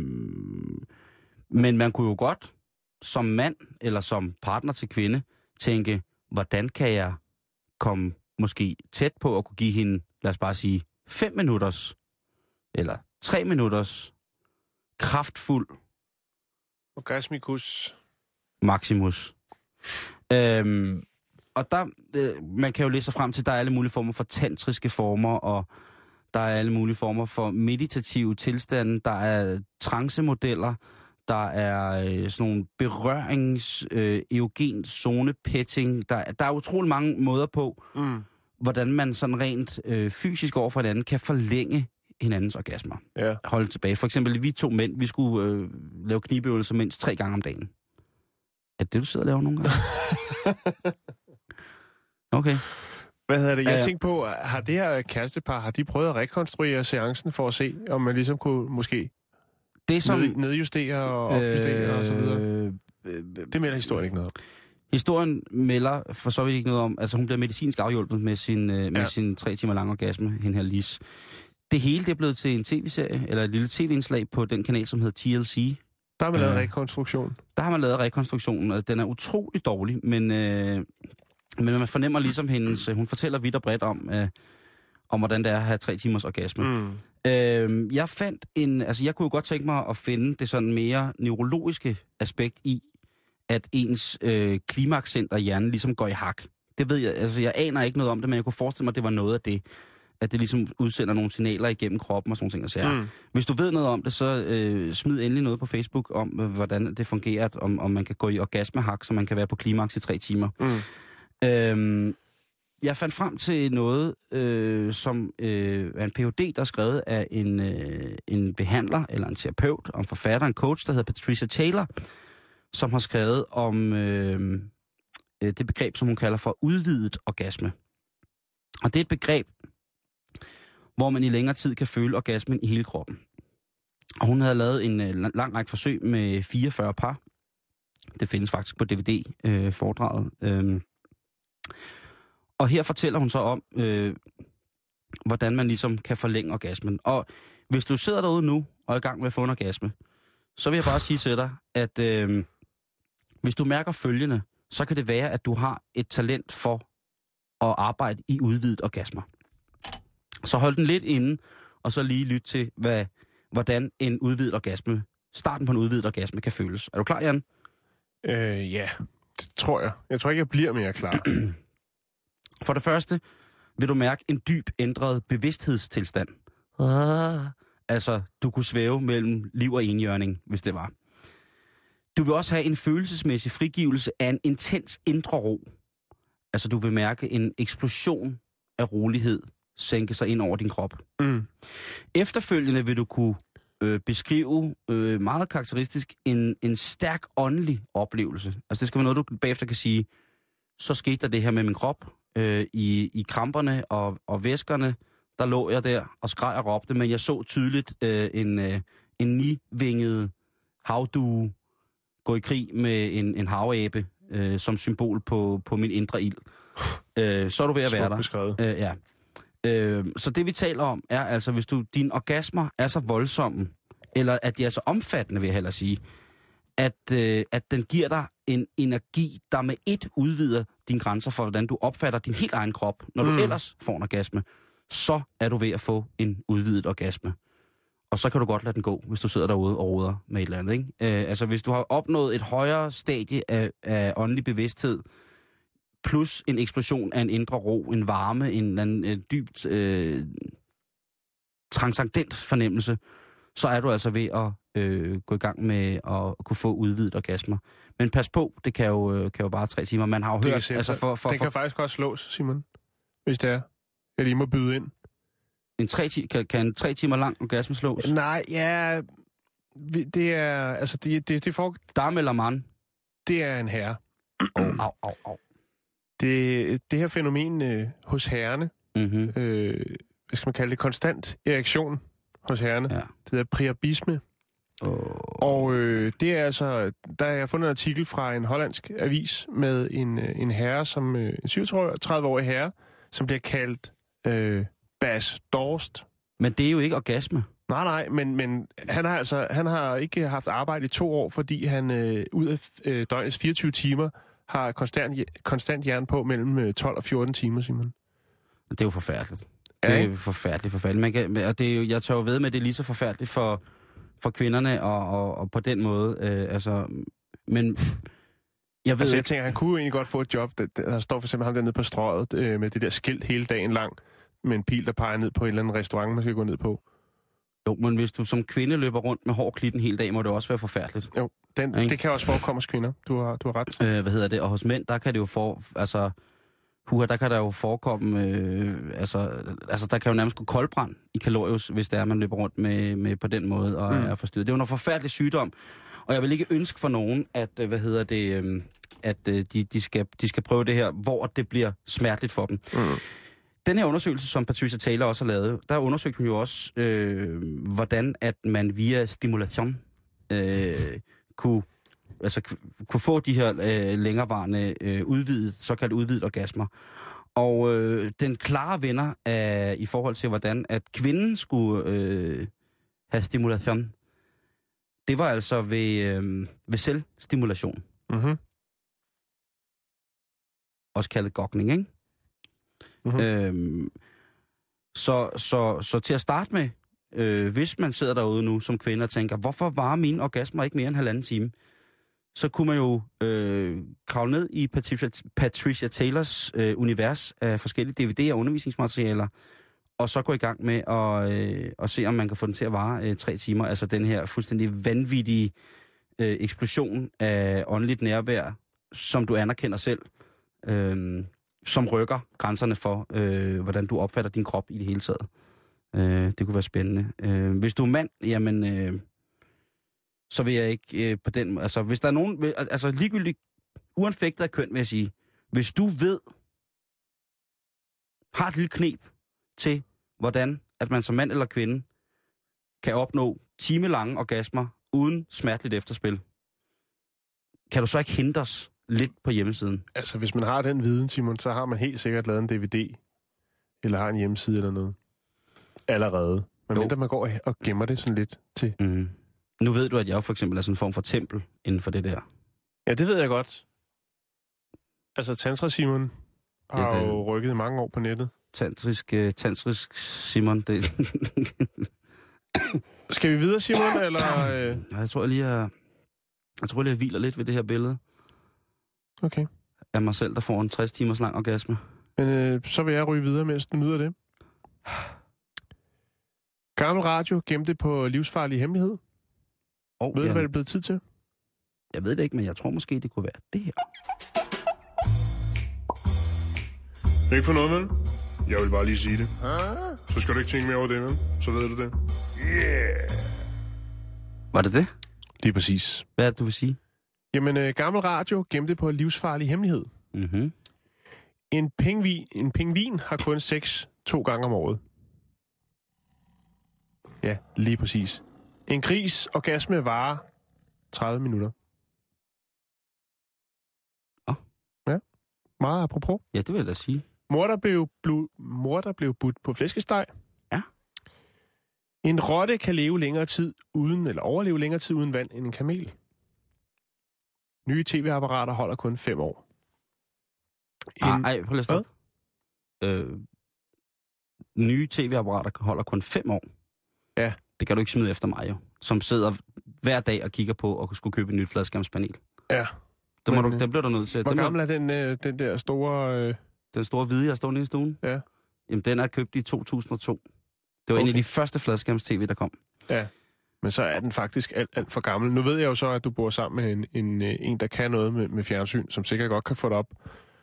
men man kunne jo godt, som mand eller som partner til kvinde, tænke, hvordan kan jeg komme måske tæt på at kunne give hende, lad os bare sige, fem minutters, eller tre minutters, kraftfuld orgasmikus maximus. Øhm, og der, øh, man kan jo læse sig frem til, der er alle mulige former for tantriske former, og der er alle mulige former for meditative tilstande, der er trancemodeller, der er øh, sådan nogle berørings, øh, erogen zone petting. Der, der er utrolig mange måder på, mm. hvordan man sådan rent øh, fysisk over for hinanden kan forlænge hinandens orgasmer. Ja. Holde tilbage. For eksempel, vi to mænd, vi skulle øh, lave knibeøvelser mindst tre gange om dagen. Er det det, du sidder og laver nogle gange? Okay. Hvad hedder det? Jeg ja, tænkte på, har det her kærestepar, har de prøvet at rekonstruere seancen for at se, om man ligesom kunne måske det som, ned, nedjustere og opjustere øh, og så videre? Øh, øh, det melder historien ikke noget om. Historien melder for så vidt ikke noget om, altså hun bliver medicinsk afhjulpet med sin, øh, med ja. sin tre timer lange orgasme, hende her Lis. Det hele det er blevet til en tv-serie, eller et lille tv-indslag på den kanal, som hedder T L C. Der har man lavet øh, rekonstruktion. Der har man lavet rekonstruktionen, og den er utrolig dårlig, men... Øh, Men man fornemmer ligesom hendes... Hun fortæller vidt og bredt om, øh, om hvordan det er at have tre timers orgasme. Mm. Øh, jeg fandt en... Altså, jeg kunne jo godt tænke mig at finde det sådan mere neurologiske aspekt i, at ens øh, klimakscenter i hjernen ligesom går i hak. Det ved jeg... Altså, jeg aner ikke noget om det, men jeg kunne forestille mig, at det var noget af det. At det ligesom udsender nogle signaler igennem kroppen og sådan nogle ting. Mm. Hvis du ved noget om det, så øh, smid endelig noget på Facebook om, hvordan det fungerer, om, om man kan gå i orgasmehak, så man kan være på klimaks i tre timer. Mm. Øhm, jeg fandt frem til noget, øh, som øh, er en P H D, der er skrevet af en, øh, en behandler, eller en terapeut, og en forfatter, en coach, der hedder Patricia Taylor, som har skrevet om øh, det begreb, som hun kalder for udvidet orgasme. Og det er et begreb, hvor man i længere tid kan føle orgasmen i hele kroppen. Og hun havde lavet en øh, lang række forsøg med fireogfyrre par. Det findes faktisk på D V D-foredraget. Øh, Og her fortæller hun så om, øh, hvordan man ligesom kan forlænge orgasmen. Og hvis du sidder derude nu og er i gang med at få en orgasme, så vil jeg bare sige til dig, at øh, hvis du mærker følgende, så kan det være, at du har et talent for at arbejde i udvidet orgasmer. Så hold den lidt inde, og så lige lyt til, hvad, hvordan en udvidet orgasme, starten på en udvidet orgasme kan føles. Er du klar, Jan? Øh, ja, det tror jeg. Jeg tror ikke, jeg bliver mere klar. For det første vil du mærke en dyb ændret bevidsthedstilstand. Ah. Altså, du kunne svæve mellem liv og enhjørning, hvis det var. Du vil også have en følelsesmæssig frigivelse af en intens indre ro. Altså, du vil mærke en eksplosion af rolighed sænke sig ind over din krop. Mm. Efterfølgende vil du kunne øh, beskrive øh, meget karakteristisk en, en stærk åndelig oplevelse. Altså, det skal være noget, du bagefter kan sige, så skete der det her med min krop. Øh, i, I kramperne og, og væskerne, der lå jeg der og skreg og råbte, men jeg så tydeligt øh, en, øh, en nivinget havdue gå i krig med en, en havabe øh, som symbol på, på min indre ild. Øh, så er du ved at være der. Øh, ja. øh, så det vi taler om er altså, hvis du dine orgasmer er så voldsomme, eller at de er så omfattende, vil jeg hellere sige, at, øh, at den giver dig en energi, der med et udvider dine grænser for, hvordan du opfatter din helt egen krop. Når du mm. ellers får en orgasme, så er du ved at få en udvidet orgasme. Og så kan du godt lade den gå, hvis du sidder derude og roder med et eller andet. Ikke? Øh, altså, hvis du har opnået et højere stadie af, af åndelig bevidsthed, plus en eksplosion af en indre ro, en varme, en, en, en dybt øh, transcendent fornemmelse, så er du altså ved at øh, gå i gang med at kunne få udvidet orgasmer. Men pas på, det kan jo, kan jo bare tre timer. Man har jo det hørt... Altså for, for, den kan for, faktisk også slås, Simon, hvis det er. Jeg lige må byde ind. En tre, kan, kan en tre timer lang orgasme slås? Nej, ja... Det er... Altså, det, det, det får... Dame eller mand? Det er en herre. Oh, au, au, au. Det, det her fænomen øh, hos herrerne, mm-hmm. øh, hvad skal man kalde det, konstant erektion hos herrerne, ja. Det hedder priapisme. Oh. Og øh, det er altså, der har jeg fundet en artikel fra en hollandsk avis med en, en herre, som øh, en syvogtredive-årig herre, som bliver kaldt øh, Bas Dorst. Men det er jo ikke orgasme. Nej, nej, men, men han har altså han har ikke haft arbejde i to år, fordi han øh, ud af øh, døgnets fireogtyve timer har konstant, konstant jern på mellem tolv og fjorten timer, Simon. Det er jo forfærdeligt. Ja, det er jo forfærdeligt, forfærdeligt. Man kan, og det er jo, jeg tør jo ved med, at det er lige så forfærdeligt for, for kvinderne, og, og, og på den måde, øh, altså, men jeg ved altså, jeg ikke... tænker, han kunne jo egentlig godt få et job, der, der står for eksempel ham dernede på strøget, øh, med det der skilt hele dagen lang, med en pil, der peger ned på en eller anden restaurant, man skal gå ned på. Jo, men hvis du som kvinde løber rundt med hård klit en hel dag, må det også være forfærdeligt. Jo, den, det kan også forekomme hos kvinder. Du har, du har ret. Øh, hvad hedder det? Og hos mænd, der kan det jo for... Altså, huha, der kan der jo forekomme... Øh, altså, altså, der kan jo nærmest gå koldbrand i kalorius, hvis det er, man løber rundt med, med på den måde og mm. er forstyrret. Det er jo en forfærdelig sygdom. Og jeg vil ikke ønske for nogen, at, hvad hedder det, øh, at øh, de, de, skal, de skal prøve det her, hvor det bliver smerteligt for dem. Mm. Den her undersøgelse, som Patricia Taylor også har lavet, der undersøgte hun jo også, øh, hvordan at man via stimulation øh, kunne, altså, kunne få de her øh, længerevarende øh, udvidet, såkaldt udvidet orgasmer. Og øh, den klare vinder af, i forhold til, hvordan at kvinden skulle øh, have stimulation, det var altså ved, øh, ved selvstimulation. Mm-hmm. Også kaldet gokning, ikke? Mm-hmm. Øhm, så, så, så til at starte med, øh, hvis man sidder derude nu som kvinde og tænker, hvorfor var mine orgasmer ikke mere end halvanden time? Så kunne man jo øh, kravle ned i Patricia, Patricia Taylors øh, univers af forskellige D V D'er og undervisningsmaterialer, og så gå i gang med at, øh, at se, om man kan få den til at vare øh, tre timer. Altså den her fuldstændig vanvittige øh, eksplosion af åndeligt nærvær, som du anerkender selv. Øh, som rykker grænserne for, øh, hvordan du opfatter din krop i det hele taget. Øh, det kunne være spændende. Øh, hvis du er mand, jamen, øh, så vil jeg ikke øh, på den... Altså, hvis der er nogen... Altså, ligegyldigt, uanfægtet af køn, vil jeg sige, hvis du ved, har et lille knep til, hvordan at man som mand eller kvinde kan opnå timelange orgasmer uden smerteligt efterspil, kan du så ikke hindres lidt på hjemmesiden? Altså, hvis man har den viden, Simon, så har man helt sikkert lavet en D V D, eller har en hjemmeside eller noget. Allerede. Men mindre man går og gemmer det sådan lidt til... Mm. Nu ved du, at jeg for eksempel er sådan en form for tempel inden for det der. Ja, det ved jeg godt. Altså, Tantra Simon har ja, det... jo rykket mange år på nettet. Tantrisk, uh, tantrisk Simon, det... Skal vi videre, Simon, eller... Øh... Jeg tror, jeg lige er... Jeg tror, jeg lige hviler lidt ved det her billede. Okay. Af mig selv, der får en tres timers lang orgasme. Men øh, så vil jeg ryge videre, mens du nyder det. Gammel radio gemte på livsfarlig hemmelighed. Oh, ved du, ja. hvad det er blevet tid til? Jeg ved det ikke, men jeg tror måske, det kunne være det her. Ikke for noget, vel? Jeg vil bare lige sige det. Så skal du ikke tænke mere over det, vel? Så ved du det. Yeah! Var det det? Lige præcis. Hvad er det, du vil sige? Jamen, øh, gammel radio gemte på livsfarlig hemmelighed. Mhm. En pingvin, en pingvin har kun sex to gange om året. Ja, lige præcis. En gris orgasme varer tredive minutter. Oh. Ja, meget apropos. Ja, det vil jeg da sige. Mor, der blev, blu, mor, der blev budt på flæskesteg. Ja. En rotte kan leve længere tid uden, eller overleve længere tid uden vand end en kamel. Nye tv-apparater holder kun fem år. En... Ej, prøv lige at stoppe. Øh, nye tv-apparater holder kun fem år. Ja. Det kan du ikke smide efter mig jo. Som sidder hver dag og kigger på og skulle købe et nyt fladskærmspanel. Ja. Det, må Men, du, det bliver du nødt til. Hvor den gammel er den, øh, den der store... Øh... Den store hvide, jeg står nede i stuen? Ja. Jamen, den er købt i to tusind og to. Det var okay. En af de første fladskærms-tv, der kom. Ja, men så er den faktisk alt, alt for gammel. Nu ved jeg jo så, at du bor sammen med en, en, en der kan noget med, med fjernsyn, som sikkert godt kan få det op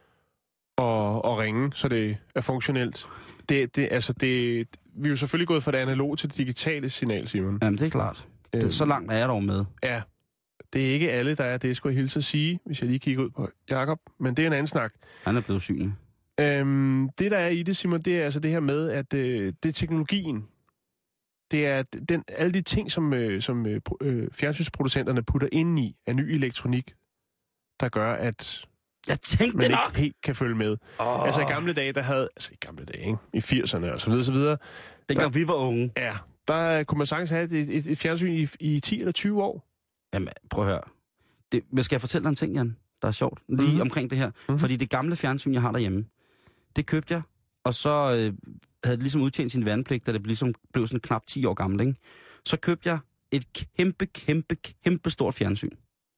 og, og ringe, så det er funktionelt. Det, det, altså det, vi er jo selvfølgelig gået fra det analoge til det digitale signal, Simon. Jamen, det er klart. Det, øhm, så langt er jeg dog med. Ja, det er ikke alle, der er det, skulle jeg hilse at sige, hvis jeg lige kigger ud på Jakob. Men det er en anden snak. Han er blevet synlig. Øhm, det, der er i det, Simon, det er altså det her med, at øh, det er teknologien. Det er den, alle de ting, som, øh, som øh, fjernsynsproducenterne putter ind i af ny elektronik, der gør, at jeg tænkte man ikke nok. helt kan følge med. Oh. Altså i gamle dage, der havde... Altså i gamle dage, ikke? I firserne og så videre, så videre. Dengang vi var unge. Ja, der kunne man sagtens have et, et, et fjernsyn i, i ti eller tyve år. Jamen, prøv at høre. Det, men skal jeg fortælle dig en ting, Jan, der er sjovt, lige mm-hmm. omkring det her? Mm-hmm. Fordi det gamle fjernsyn, jeg har derhjemme, det købte jeg, og så øh, havde det ligesom udtjent sin værnepligt, da det blev, ligesom, blev sådan knap ti år gammel, ikke? Så købte jeg et kæmpe, kæmpe, kæmpe stort fjernsyn.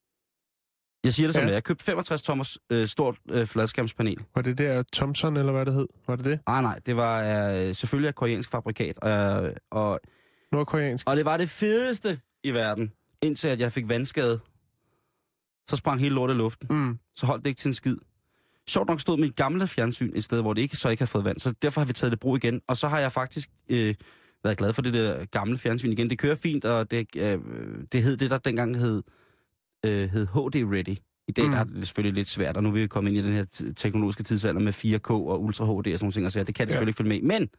Jeg siger det som ja. det er. Jeg købte femogtres tommers øh, stort øh, fladskærmspanel. Var det der Thomson, eller hvad det hed? Var det det? Nej, nej. Det var øh, selvfølgelig et koreansk fabrikat. Øh, og, Nordkoreansk. Og det var det fedeste i verden, indtil at jeg fik vandskade. Så sprang hele lortet i luften. Mm. Så holdt det ikke til en skid. Sjovt nok stod mit gamle fjernsyn et sted, hvor det ikke så ikke har fået vand. Så derfor har vi taget det brug igen. Og så har jeg faktisk øh, været glad for det der gamle fjernsyn igen. Det kører fint, og det, øh, det hed det, der dengang hed, øh, hed H D Ready. I dag mm. der er det selvfølgelig lidt svært, og nu er vi kommet ind i den her t- teknologiske tidsalder med fire K og Ultra H D og sådan nogle ting, og så det kan det ja. selvfølgelig ikke følge med. Men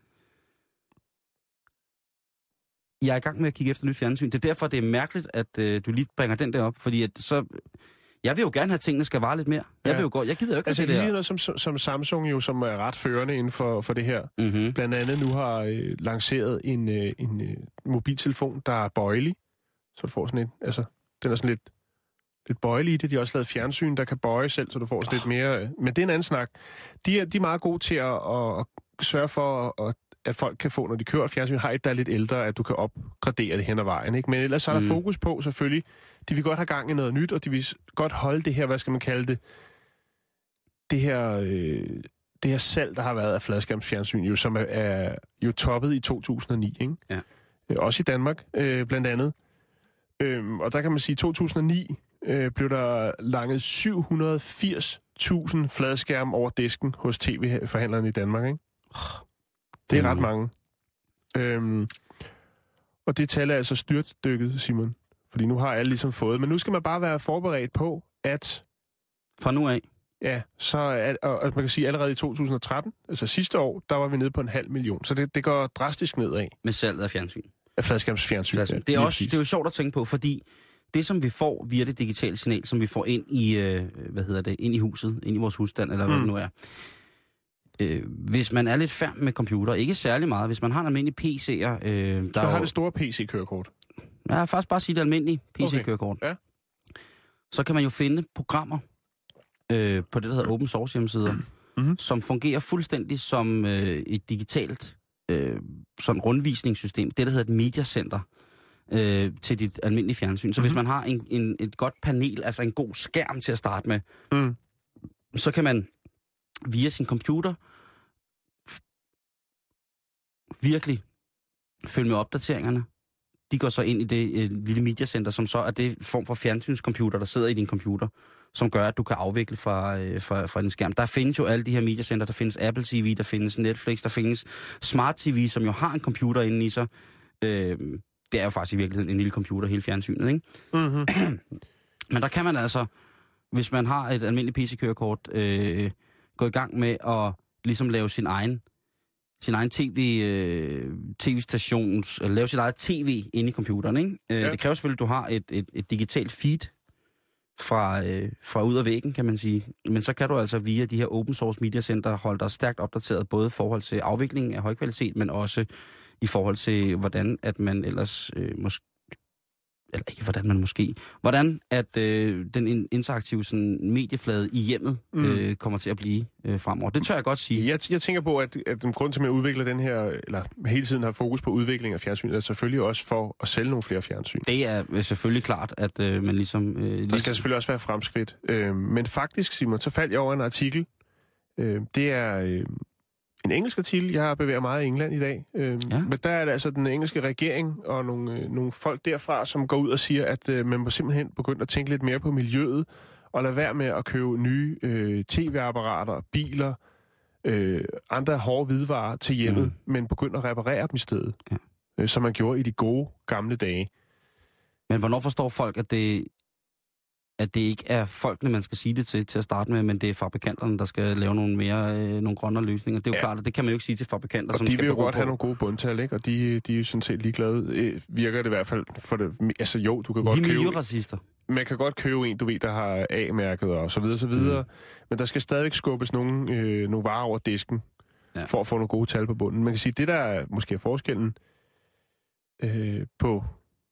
jeg er i gang med at kigge efter nyt fjernsyn. Det er derfor, det er mærkeligt, at øh, du lige bringer den der op, fordi at så... Jeg vil jo gerne have, at tingene skal vare lidt mere. Jeg ja. vil jo godt. Jeg gider jo ikke altså, det der. Altså, noget som, som Samsung jo, som er ret førende inden for, for det her. Mm-hmm. Blandt andet nu har øh, lanceret en, øh, en øh, mobiltelefon, der er bøjelig. Så du får sådan et... Altså, den er sådan lidt, lidt bøjelig i det. De har også lavet fjernsyn, der kan bøje selv, så du får sådan oh. lidt mere... Øh, men det er en anden snak. De er, de er meget gode til at, at, at sørge for, at, at folk kan få, når de kører et fjernsyn, har et, der er lidt ældre, at du kan opgradere det hen ad vejen. Ikke? Men ellers så er der mm. fokus på, selvfølgelig... De vil godt have gang i noget nyt, og de vil godt holde det her, hvad skal man kalde det, det her, øh, det her salg, der har været af fladskærmsfjernsyn, jo, som er, er jo toppet i to tusind og ni, ikke? Ja. Øh, også i Danmark, øh, blandt andet. Øhm, og der kan man sige, at i to tusind og ni øh, blev der langet syv hundrede og firs tusind fladskærme over disken hos tv-forhandlerne i Danmark, ikke? Det er ret mange. Øhm, og det tal er altså styrtdykket, Simon. Fordi nu har alle ligesom fået. Men nu skal man bare være forberedt på, at... Fra nu af? Ja, så at, og, og man kan sige, allerede i to tusind og tretten, altså sidste år, der var vi nede på en halv million. Så det, det går drastisk nedad. Med salget af fjernsyn? Af fladskærmsfjernsyn. Ja, det, er også, det er jo sjovt at tænke på, fordi det, som vi får via det digitale signal, som vi får ind i, øh, hvad hedder det, ind i huset, ind i vores husstand, eller hvad mm. det nu er. Øh, hvis man er lidt færm med computer, ikke særlig meget, hvis man har en almindelig P C'er... Øh, der har jo... det store P C-kørekort. Jeg har faktisk bare sige det almindelige P C-kørekort. Okay. Ja. Så kan man jo finde programmer øh, på det, der hedder open source hjemmesider, mm-hmm. som fungerer fuldstændig som øh, et digitalt øh, sådan rundvisningssystem. Det, der hedder et mediacenter øh, til dit almindelige fjernsyn. Så mm-hmm. hvis man har en, en, et godt panel, altså en god skærm til at starte med, mm. så kan man via sin computer virkelig følge med opdateringerne. De går så ind i det øh, lille mediacenter, som så er det form for fjernsynscomputer, der sidder i din computer, som gør, at du kan afvikle fra, øh, fra, fra din skærm. Der findes jo alle de her mediacenter. Der findes Apple T V, der findes Netflix, der findes Smart T V, som jo har en computer inde i sig. Øh, det er jo faktisk i virkeligheden en lille computer, hele fjernsynet, ikke? Mm-hmm. Men der kan man altså, hvis man har et almindeligt P C-kørekort, øh, gå i gang med at ligesom lave sin egen sin egen tv, øh, tv-stations, eller lave sit eget tv inde i computeren, ikke? Øh, ja. Det kræver selvfølgelig, at du har et, et, et digitalt feed fra, øh, fra ud af væggen, kan man sige. Men så kan du altså via de her open source media center holde dig stærkt opdateret, både i forhold til afviklingen af høj kvalitet, men også i forhold til, hvordan at man ellers øh, måske eller ikke hvordan man måske, hvordan at øh, den interaktive sådan, medieflade i hjemmet mm. øh, kommer til at blive øh, fremover. Det tør jeg godt sige. Jeg, jeg tænker på, at, at den grund til, at man udvikler den her, eller hele tiden har fokus på udvikling af fjernsyn, er selvfølgelig også for at sælge nogle flere fjernsyn. Det er selvfølgelig klart, at øh, man ligesom... Øh, ligesom... Der skal selvfølgelig også være fremskridt. Øh, men faktisk, Simon, så faldt jeg over en artikel. Øh, det er... Øh, En engelsk artikel. Jeg har bevæget meget i England i dag. Øh, ja. Men der er det altså den engelske regering og nogle, øh, nogle folk derfra, som går ud og siger, at øh, man må simpelthen begynde at tænke lidt mere på miljøet, og lade være med at købe nye øh, tv-apparater, biler, øh, andre hårde hvidevarer til hjemmet, mm. men begynde at reparere dem i stedet. Ja. Øh, som man gjorde i de gode gamle dage. Men hvornår forstår folk, at det... at det ikke er folkene, man skal sige det til til at starte med, men det er fabrikanterne, der skal lave nogle mere øh, nogle grønnere løsninger. Det er jo ja. klart, at det kan man jo ikke sige til fabrikanter, og som de skal vil jo bero godt på. have nogle gode bundtal, ikke? Og de, de er jo sådan set ligeglade. Virker det i hvert fald for det... Altså jo, du kan godt købe... De er miljøracister. Man kan godt købe en, du ved, der har A-mærket og så videre, så videre. Mm. Men der skal stadigvæk skubbes nogle, øh, nogle varer over disken, ja. for at få nogle gode tal på bunden. Man kan sige, det der er måske er forskellen øh, på...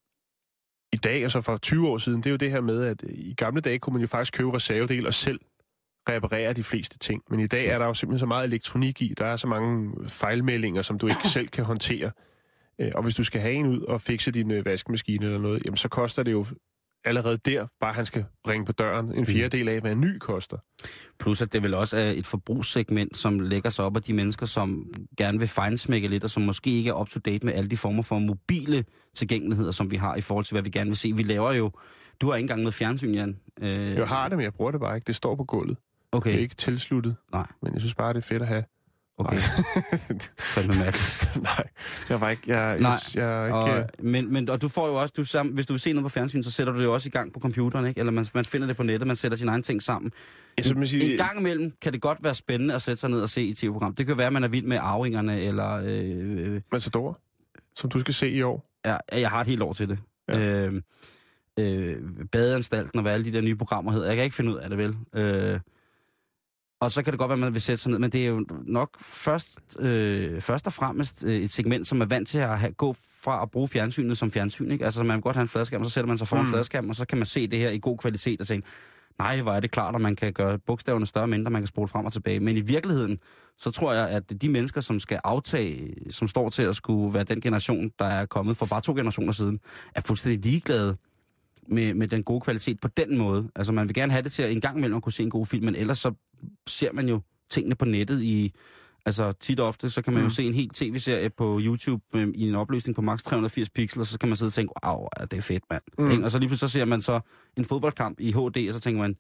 i dag, altså for tyve år siden, det er jo det her med, at i gamle dage kunne man jo faktisk købe reservedel og selv reparere de fleste ting. Men i dag er der jo simpelthen så meget elektronik i, der er så mange fejlmeldinger, som du ikke selv kan håndtere. Og hvis du skal have en ud og fikse din vaskemaskine eller noget, jamen så koster det jo allerede der, bare han skal ringe på døren, en fjerdedel af, hvad en ny koster. Plus at det vel også er et forbrugssegment, som lægger sig op af de mennesker, som gerne vil fejnsmække lidt, og som måske ikke er up-to-date med alle de former for mobile tilgængeligheder, som vi har i forhold til, hvad vi gerne vil se. Vi laver jo... Du har ikke engang noget fjernsyn, Jan. Øh... Jeg har det, men jeg bruger det bare ikke. Det står på gulvet. Okay. Det er ikke tilsluttet. Nej. Men jeg synes bare, det er fedt at have. Okay. Fandme mærkeligt. Nej, jeg var ikke... Jeg, Nej, jeg, jeg, ikke... Og, men, men, og du får jo også... Du, sammen, hvis du vil se noget på fjernsyn, så sætter du det jo også i gang på computeren, ikke? Eller man, man finder det på nettet, man sætter sine egne ting sammen. Jeg en, sige... en gang imellem kan det godt være spændende at sætte sig ned og se i tv-program. Det kan være, at man er vild med arvingerne, eller... Øh, øh, Matador, som du skal se i år. Ja, jeg har et helt år til det. Ja. Øh, øh, Badeanstalten og hvad alle de der nye programmer hedder. Jeg kan ikke finde ud af det, vel? Øh, Og så kan det godt være, at man vil sætte sig ned, men det er jo nok først, øh, først og fremmest øh, et segment, som er vant til at have, gå fra at bruge fjernsynet som fjernsyn, ikke? Altså, man kan godt have en fladskærm, og så sætter man sig foran mm. en fladskærm, og så kan man se det her i god kvalitet og tænke, nej, hvor er det klart, at man kan gøre bogstaverne større og mindre, man kan spole frem og tilbage. Men i virkeligheden, så tror jeg, at de mennesker, som skal aftage, som står til at skulle være den generation, der er kommet for bare to generationer siden, er fuldstændig ligeglade med, med den gode kvalitet på den måde. Altså, man vil gerne have det til at en gang imellem at kunne se en god film, men ellers så ser man jo tingene på nettet i... Altså, tit og ofte, så kan man jo mm. se en hel tv-serie på YouTube øh, i en opløsning på maks tre hundrede og firs pixel, og så kan man sidde og tænke, wow, det er fedt, mand. Mm. Og så lige pludselig så ser man så en fodboldkamp i H D, og så tænker man,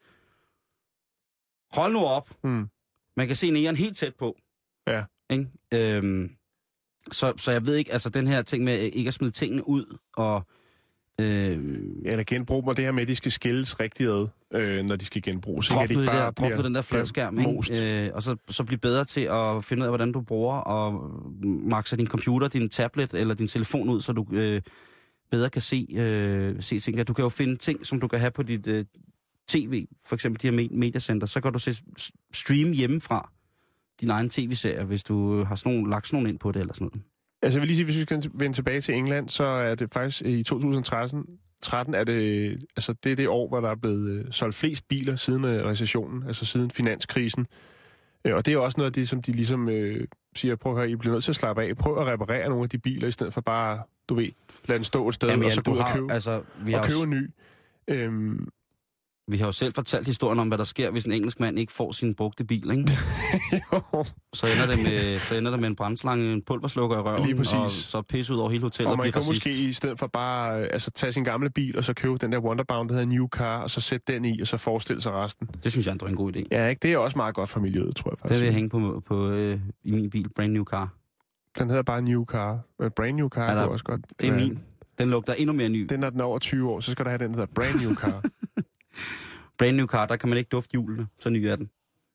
hold nu op. Mm. Man kan se næren helt tæt på. Ja. Ikke? Øhm, så, så jeg ved ikke, altså den her ting med ikke at smide tingene ud, og... Øh, ja, eller genbrug mig det her med, at de skal skilles rigtigt ad, øh, når de skal genbruges. Prop du, der, prop du den der fladskærm, ikke? Øh, og så, så blive bedre til at finde ud af, hvordan du bruger, og makse din computer, din tablet eller din telefon ud, så du øh, bedre kan se, øh, se ting. Du kan jo finde ting, som du kan have på dit øh, tv, for eksempel de her mediacenter, så kan du se stream hjemmefra din egen tv-serie, hvis du har sådan nogle, lagt sådan nogle ind på det eller sådan noget. Altså, jeg vil lige sige, hvis vi skal vende tilbage til England, så er det faktisk i to tusind tretten, er det, altså det er det år, hvor der er blevet solgt flest biler siden recessionen, altså siden finanskrisen. Og det er også noget af det, som de ligesom øh, siger, prøv at høre, I bliver nødt til at slappe af. Prøv at reparere nogle af de biler, i stedet for bare, du ved, lade den stå et sted, Jamen, og så gå ud og købe, altså, vi og købe en ny. Øhm, vi har jo selv fortalt historien om, hvad der sker, hvis en engelsk mand ikke får sin brugte bil, ikke? Jo. Så ender, det med, så ender det med en brandslange, en pulverslukker i røven, lige præcis. og så pisse ud over hele hotellet og og man blive kan racist. måske i stedet for bare altså, tage sin gamle bil, og så købe den der Wonderbound, der hedder New Car, og så sætte den i, og så forestille sig resten. Det synes jeg er en god idé. Ja, ikke? Det er også meget godt for miljøet, tror jeg faktisk. Det vil jeg hænge på, på øh, i min bil, Brand New Car. Den hedder bare New Car. Men Brand New Car er også godt. Det er min. Den lugter endnu mere ny. Den er den over tyve år, så skal der have den, der hedder Brand New Car. Brand New Car, der kan man ikke dufte hjulene, så ny er den.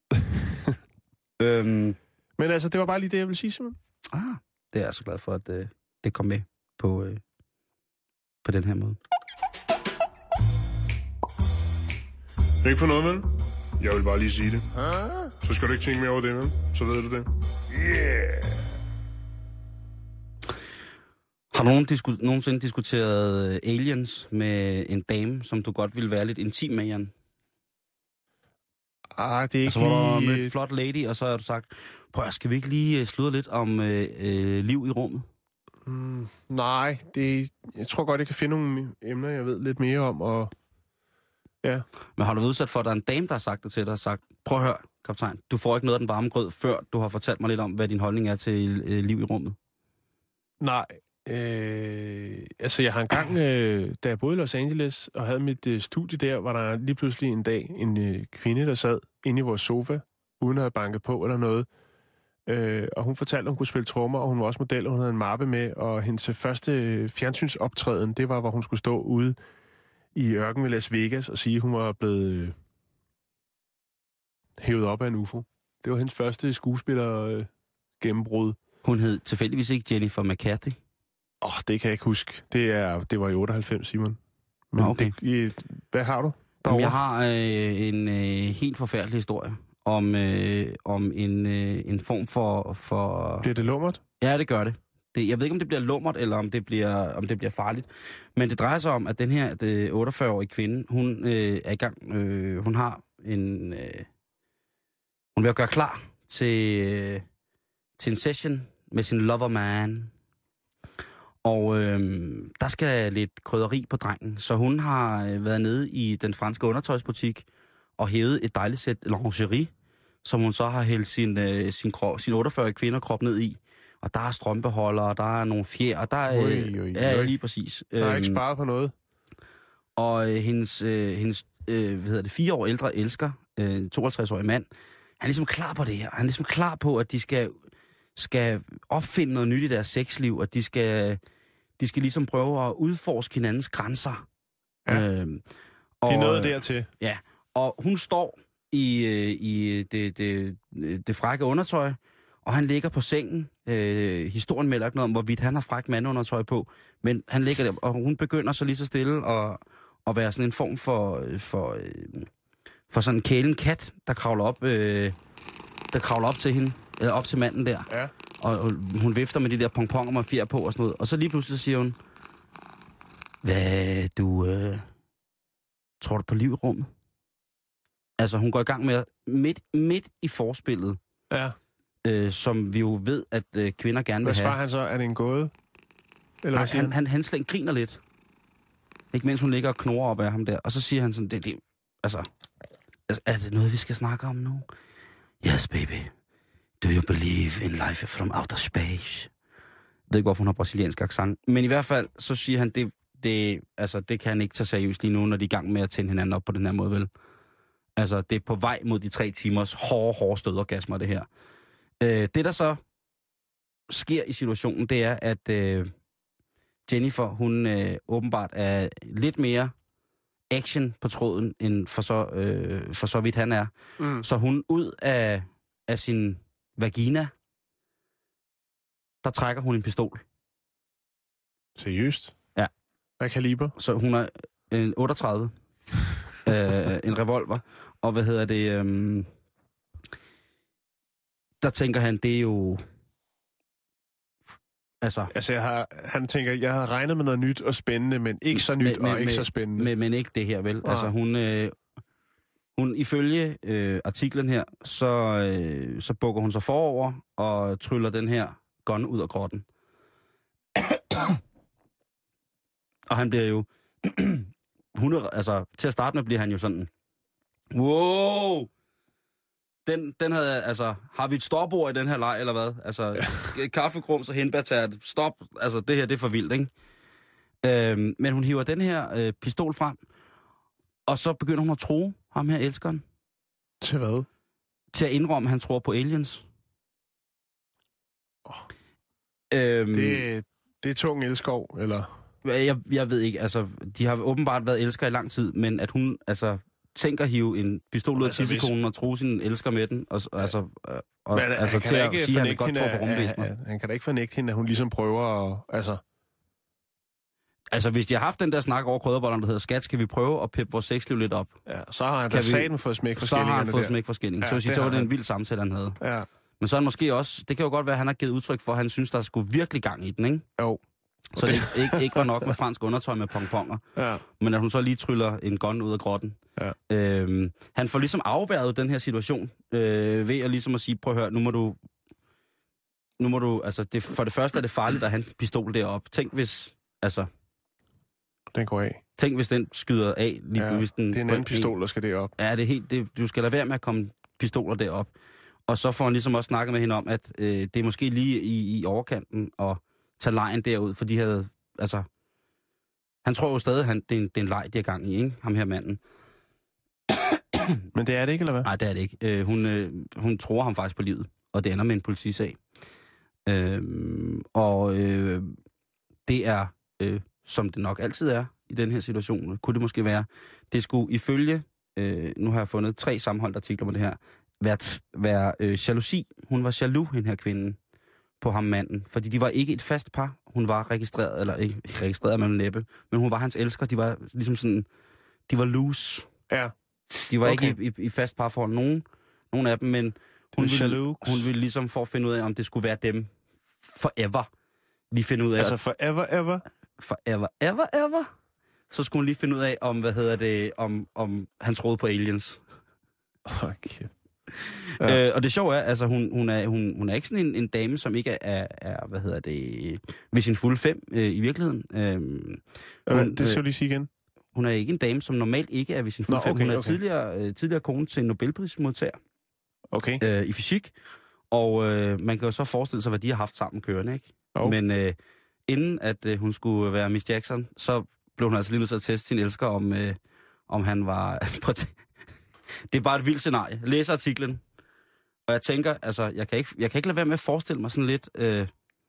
øhm, Men altså, det var bare lige det, jeg ville sige, Simon. Ah, det er jeg så glad for, at øh, det kom med på, øh, på den her måde. Ikke for noget, vel? Jeg vil bare lige sige det. Så skal du ikke tænke mere over det, vel? Så ved du det. Yeah! Har du nogen disku- nogensinde diskuteret aliens med en dame, som du godt ville være lidt intim med, Jan? Ah, det er ikke altså, lige... hvor du mødt en flot lady, og så har du sagt, prøv at skal vi ikke lige sludre lidt om øh, øh, liv i rummet? Mm, nej, det, jeg tror godt, jeg kan finde nogle emner, jeg ved lidt mere om, og ja. Men har du udsat for, at der er en dame, der har sagt det til dig, og sagt, prøv at høre, kaptajn, du får ikke noget af den varme grød, før du har fortalt mig lidt om, hvad din holdning er til øh, liv i rummet? Nej, øh, altså jeg har engang, øh, da jeg boede i Los Angeles og havde mit øh, studie der, var der lige pludselig en dag en øh, kvinde, der sad inde i vores sofa, uden at have banket på eller noget. Øh, og hun fortalte, at hun kunne spille trommer, og hun var også model, og hun havde en mappe med, og hendes første fjernsynsoptræden, det var, hvor hun skulle stå ude i ørken ved Las Vegas og sige, at hun var blevet øh, hævet op af en U F O. Det var hendes første skuespiller øh, gennembrud. Hun hed tilfældigvis ikke Jennifer McCarthy? Åh, oh, det kan jeg ikke huske. Det, er, det var i otteoghalvfems, Simon. Men okay. det, hvad har du? Jamen, jeg har øh, en øh, helt forfærdelig historie om, øh, om en, øh, en form for, for... Bliver det lummert? Ja, det gør det. det. Jeg ved ikke, om det bliver lummert, eller om det bliver, om det bliver farligt. Men det drejer sig om, at den her det otteogfyrre-årige kvinde, hun øh, er i gang... Øh, hun har en... Øh, hun vil gøre klar til, øh, til en session med sin lover man. Og øh, der skal lidt krydderi på drengen. Så hun har øh, været nede i den franske undertøjsbutik og hævet et dejligt sæt lingerie, som hun så har hældt sin, øh, sin, krop, sin otteogfyrre kvinderkrop ned i. Og der er strømpeholdere, der er nogle fjer, og der er... Øh, ui, ui, ui. Ja, lige præcis. Der er ikke sparet på noget. Og øh, hendes, øh, hendes øh, hvad hedder det, fire år ældre elsker, øh, tooghalvtreds-årig mand, han er ligesom klar på det her. Han er ligesom klar på, at de skal, skal opfinde noget nyt i deres sexliv, at de skal... De skal ligesom prøve at udforske hinandens grænser. Ja. Øhm, og, de er nået dertil. Ja, og hun står i, i det, det, det frække undertøj, og han ligger på sengen. Øh, historien melder ikke noget om, hvorvidt han har frækt mandundertøj på, men han ligger der, og hun begynder så lige så stille at, at være sådan en form for, for, for sådan en kælen kat, der kravler op, øh, der kravler op til hende, eller op til manden der. Ja. Og hun vifter med de der pongponger med fjer på og sådan noget. Og så lige pludselig siger hun, hvad du, øh, tror du på liv i rummet? Altså hun går i gang med at, midt, midt i forspillet, ja. øh, som vi jo ved, at øh, kvinder gerne vil hvad have. Hvad svarer han så? Er det en gåde? Eller Nej, han, han, han slet griner lidt. Ikke mens hun ligger og knurrer op af ham der. Og så siger han sådan, det, det, altså, altså, er det noget, vi skal snakke om nu? Yes, baby. Do you believe in life from outer space? Jeg ved ikke, hvorfor hun har brasiliansk accent. Men i hvert fald, så siger han, det, det, altså, det kan han ikke tage seriøst lige nu, når de er i gang med at tænde hinanden op på den her måde, vel? Altså, det er på vej mod de tre timers hårde, hårde stødorgasmer, det her. Øh, det, der så sker i situationen, det er, at øh, Jennifer, hun øh, åbenbart er lidt mere action på tråden, end for så, øh, for så vidt han er. Mm. Så hun ud af, af sin vagina, der trækker hun en pistol. Seriøst? Ja. Hvad kaliber? Så hun er en otteogtredive. øh, en revolver. Og hvad hedder det? Øhm, der tænker han, det er jo... Altså, altså jeg har, han tænker, jeg havde regnet med noget nyt og spændende, men ikke så nyt med, og ikke med, så spændende. Men, men ikke det her, vel? Ah. Altså hun... Øh, Hun, ifølge øh, artiklen her, så, øh, så bukker hun sig forover og tryller den her gun ud af grotten. Og han bliver jo... hundrede, altså, til at starte med bliver han jo sådan Wow! Den, den havde, altså, har vi et stopord i den her leg, eller hvad? Altså, kaffegrums og hindbærtært, stop, altså, det her, det er for vildt, ikke? Øhm, men hun hiver den her øh, pistol frem, og så begynder hun at tro ham her elskeren. Til hvad? Til at indrømme, at han tror på aliens. Oh. Øhm, det, det er tung elskov, eller? Jeg, jeg ved ikke, altså, de har åbenbart været elskere i lang tid, men at hun, altså, tænker at hive en pistol ud af altså, tissekonen hvis... og tro sin elsker med den, og, ja. altså, og, men, altså til at sige, at han godt tror på rumvæsener. Ja, han kan da ikke fornægte hende, at hun ligesom prøver at, altså... Altså, hvis de har haft den der snak over krydderbollerne, der hedder, skat, skal vi prøve at peppe vores sexliv lidt op? Ja, så har han da saten fået smæk for skillingerne. Så har han fået der. smæk for skillingen. Ja, så, sige, så var det en vild samtale, han havde. Ja. Men så er han måske også, det kan jo godt være, at han har givet udtryk for, at han synes, der skulle virkelig gang i den, ikke? Jo. Så det ikke, ikke var nok med fransk undertøj med pongponger. Ja. Men at hun så lige tryller en gun ud af grotten. Ja. Øhm, han får ligesom afværget den her situation, øh, ved at ligesom at sige, prøv at høre, nu må du, nu må du, altså det, for det første er det farligt at have en pistol deroppe. Tænk hvis, altså... Den går af. Tænk hvis den skyder af. Lige, ja, hvis den, det er en anden pistol, der skal derop. Ja, det er helt, det, du skal lade være med at komme pistoler derop. Og så får han ligesom også snakket med hende om, at øh, det er måske lige i, i overkanten at tage lejen derud, for de havde, altså... Han tror jo stadig, at det er en, det er en leg, de er gang i, ikke? Ham her manden. Men det er det ikke, eller hvad? Nej, det er det ikke. Øh, hun, øh, hun tror ham faktisk på livet, og det ender med en politisag. Øh, og øh, det er, øh, som det nok altid er i den her situation, kunne det måske være, det skulle ifølge, øh, nu har jeg fundet tre sammenholdt artikler med det her, være, være øh, jalousi. Hun var jaloux, hende her kvinde, på ham manden. Fordi de var ikke et fast par. Hun var registreret, eller ikke registreret mellem næppe, men hun var hans elsker. De var ligesom sådan, de var loose. Ja. De var okay. ikke i, i, i fast parforhold, nogen, nogen af dem, men hun ville, hun ville ligesom for at finde ud af, om det skulle være dem forever. Lige finde ud af... Altså forever, ever? Forever, ever, ever. Så skulle hun lige finde ud af, om, hvad hedder det, om, om han troede på aliens. Okay. Ja. Øh, og det sjove er, altså hun, hun, er, hun, hun er ikke sådan en, en dame, som ikke er, er, hvad hedder det, ved sin fulde fem øh, i virkeligheden. Øh, hun, det skal du lige sige igen. Hun er ikke en dame, som normalt ikke er ved sin fulde fem. Okay, hun er okay. tidligere, øh, tidligere kone til en Nobelprismodtager okay. øh, i fysik. Og øh, man kan jo så forestille sig, hvad de har haft sammen kørende, ikke? Oh. Men øh, inden at øh, hun skulle være Miss Jackson, så blev hun altså lige nødt til at teste sin elsker, om, øh, om han var... Det er bare et vildt scenarie. Læs artiklen. Og jeg tænker, altså, jeg kan ikke, jeg kan ikke lade være med at forestille mig sådan lidt, øh,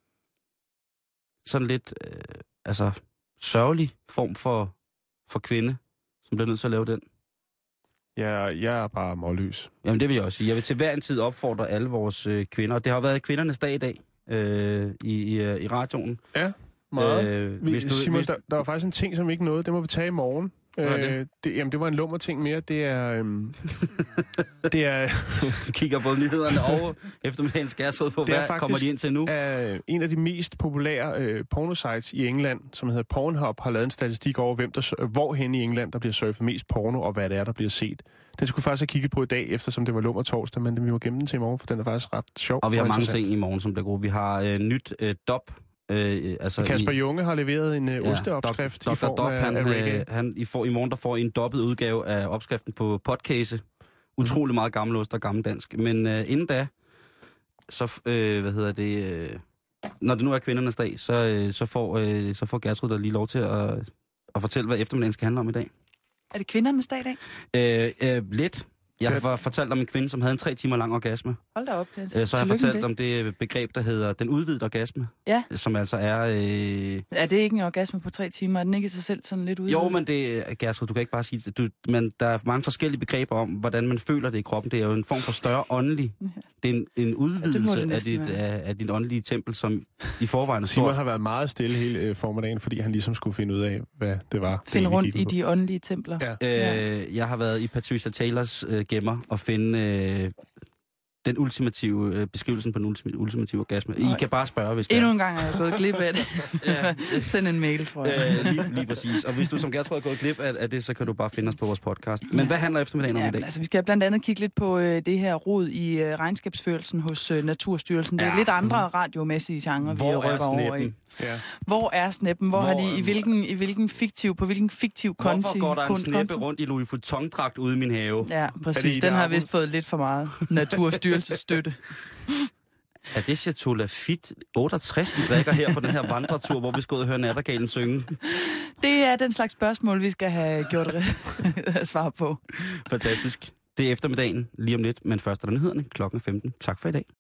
sådan lidt, øh, altså, sørgelig form for, for kvinde, som bliver nødt til at lave den. Ja, jeg er bare målløs. Jamen, det vil jeg også sige. Jeg vil til hver en tid opfordre alle vores øh, kvinder, og det har været kvindernes dag i dag øh, i, i, i radioen. Ja, meget. Øh, vi, hvis du, Simon, hvis... der, der var faktisk en ting, som ikke nåede. Det må vi tage i morgen. Hvad er det? Øh, det, jamen, det var en lummer ting mere. Det er... Øhm, det er... kigger både nyhederne og eftermiddagens skærsråd på, hvad kommer de ind til nu? Er en af de mest populære øh, pornosites i England, som hedder Pornhub, har lavet en statistik over, hvem der, hvor hen i England, der bliver surfet mest porno, og hvad det er, der bliver set. Den skulle faktisk have kigget på i dag, eftersom det var lummer torsdag, men vi må gemme den til i morgen, for den er faktisk ret sjov. Og vi har mange ting i morgen, som bliver gode. Vi har øh, nyt øh, dop. Øh, altså Kasper i, Junge har leveret en øh, ja, osteopskrift dok, i form Dop, af, han, af reggae. øh, han, i, for, I morgen der får I en dobbelt udgave af opskriften på podcase. Utrolig mm. meget gammelost og gammeldansk. Men øh, inden da, så, øh, hvad hedder det, øh, når det nu er kvindernes dag, så, øh, så, får, øh, så får Gertrud da lige lov til at, at fortælle, hvad eftermiddagen skal handle om i dag. Er det kvindernes dag i dag? Øh, øh, lidt. Jeg har fortalt om en kvinde, som havde en tre timer lang orgasme. Hold da op, Pet. Øh, så har jeg fortalt det. om det begreb, der hedder den udvidede orgasme. Ja. Som altså er... Øh... Er det ikke en orgasme på tre timer? Er den ikke i sig selv sådan lidt udvidet? Jo, men det, Gertrud, du kan ikke bare sige det. Du, men der er mange forskellige begreber om, hvordan man føler det i kroppen. Det er jo en form for større åndelig. Ja. Det er en, en udvidelse ja, det af, dit, af, af din åndelige tempel, som i forvejen er Simon har været meget stille hele øh, formiddagen, fordi han ligesom skulle finde ud af, hvad det var. Finde rundt i de åndelige templer. Ja. Øh, ja. Jeg har været i Patricia Taylors øh, gemmer og finde... Øh, den ultimative øh, beskrivelsen på den ultimative, ultimative orgasme. I kan bare spørge, hvis det Endnu er. en gang er jeg gået glip af det. Send en mail, tror jeg. Øh, lige, lige præcis. Og hvis du som Gertrud er gået glip af, af det, så kan du bare finde os på vores podcast. Men hvad handler eftermiddagen om ja, i dag? Altså, vi skal blandt andet kigge lidt på øh, det her rod i øh, regnskabsførelsen hos øh, Naturstyrelsen. Det er ja. lidt andre radiomæssige genre, Hvor vi er rykker over i. Ja. Hvor er sneppen? Hvor, Hvor har de i hvilken, i hvilken fiktiv, på hvilken fiktiv konti? Hvorfor går der en konti? sneppe rundt i Louis Vuitton-dragt ude i min have? Ja, præcis. det Den har Darwin? vist fået lidt for meget Naturstyrelsesstøtte. Er det Chateau Lafite otteogtres, vi drikker her på den her vandretur, hvor vi skal ud og høre nattergalen synge? Det er den slags spørgsmål, vi skal have gjort at svare på. Fantastisk. Det er eftermiddagen lige om lidt, men først er der nyhederne klokken femten. Tak for i dag.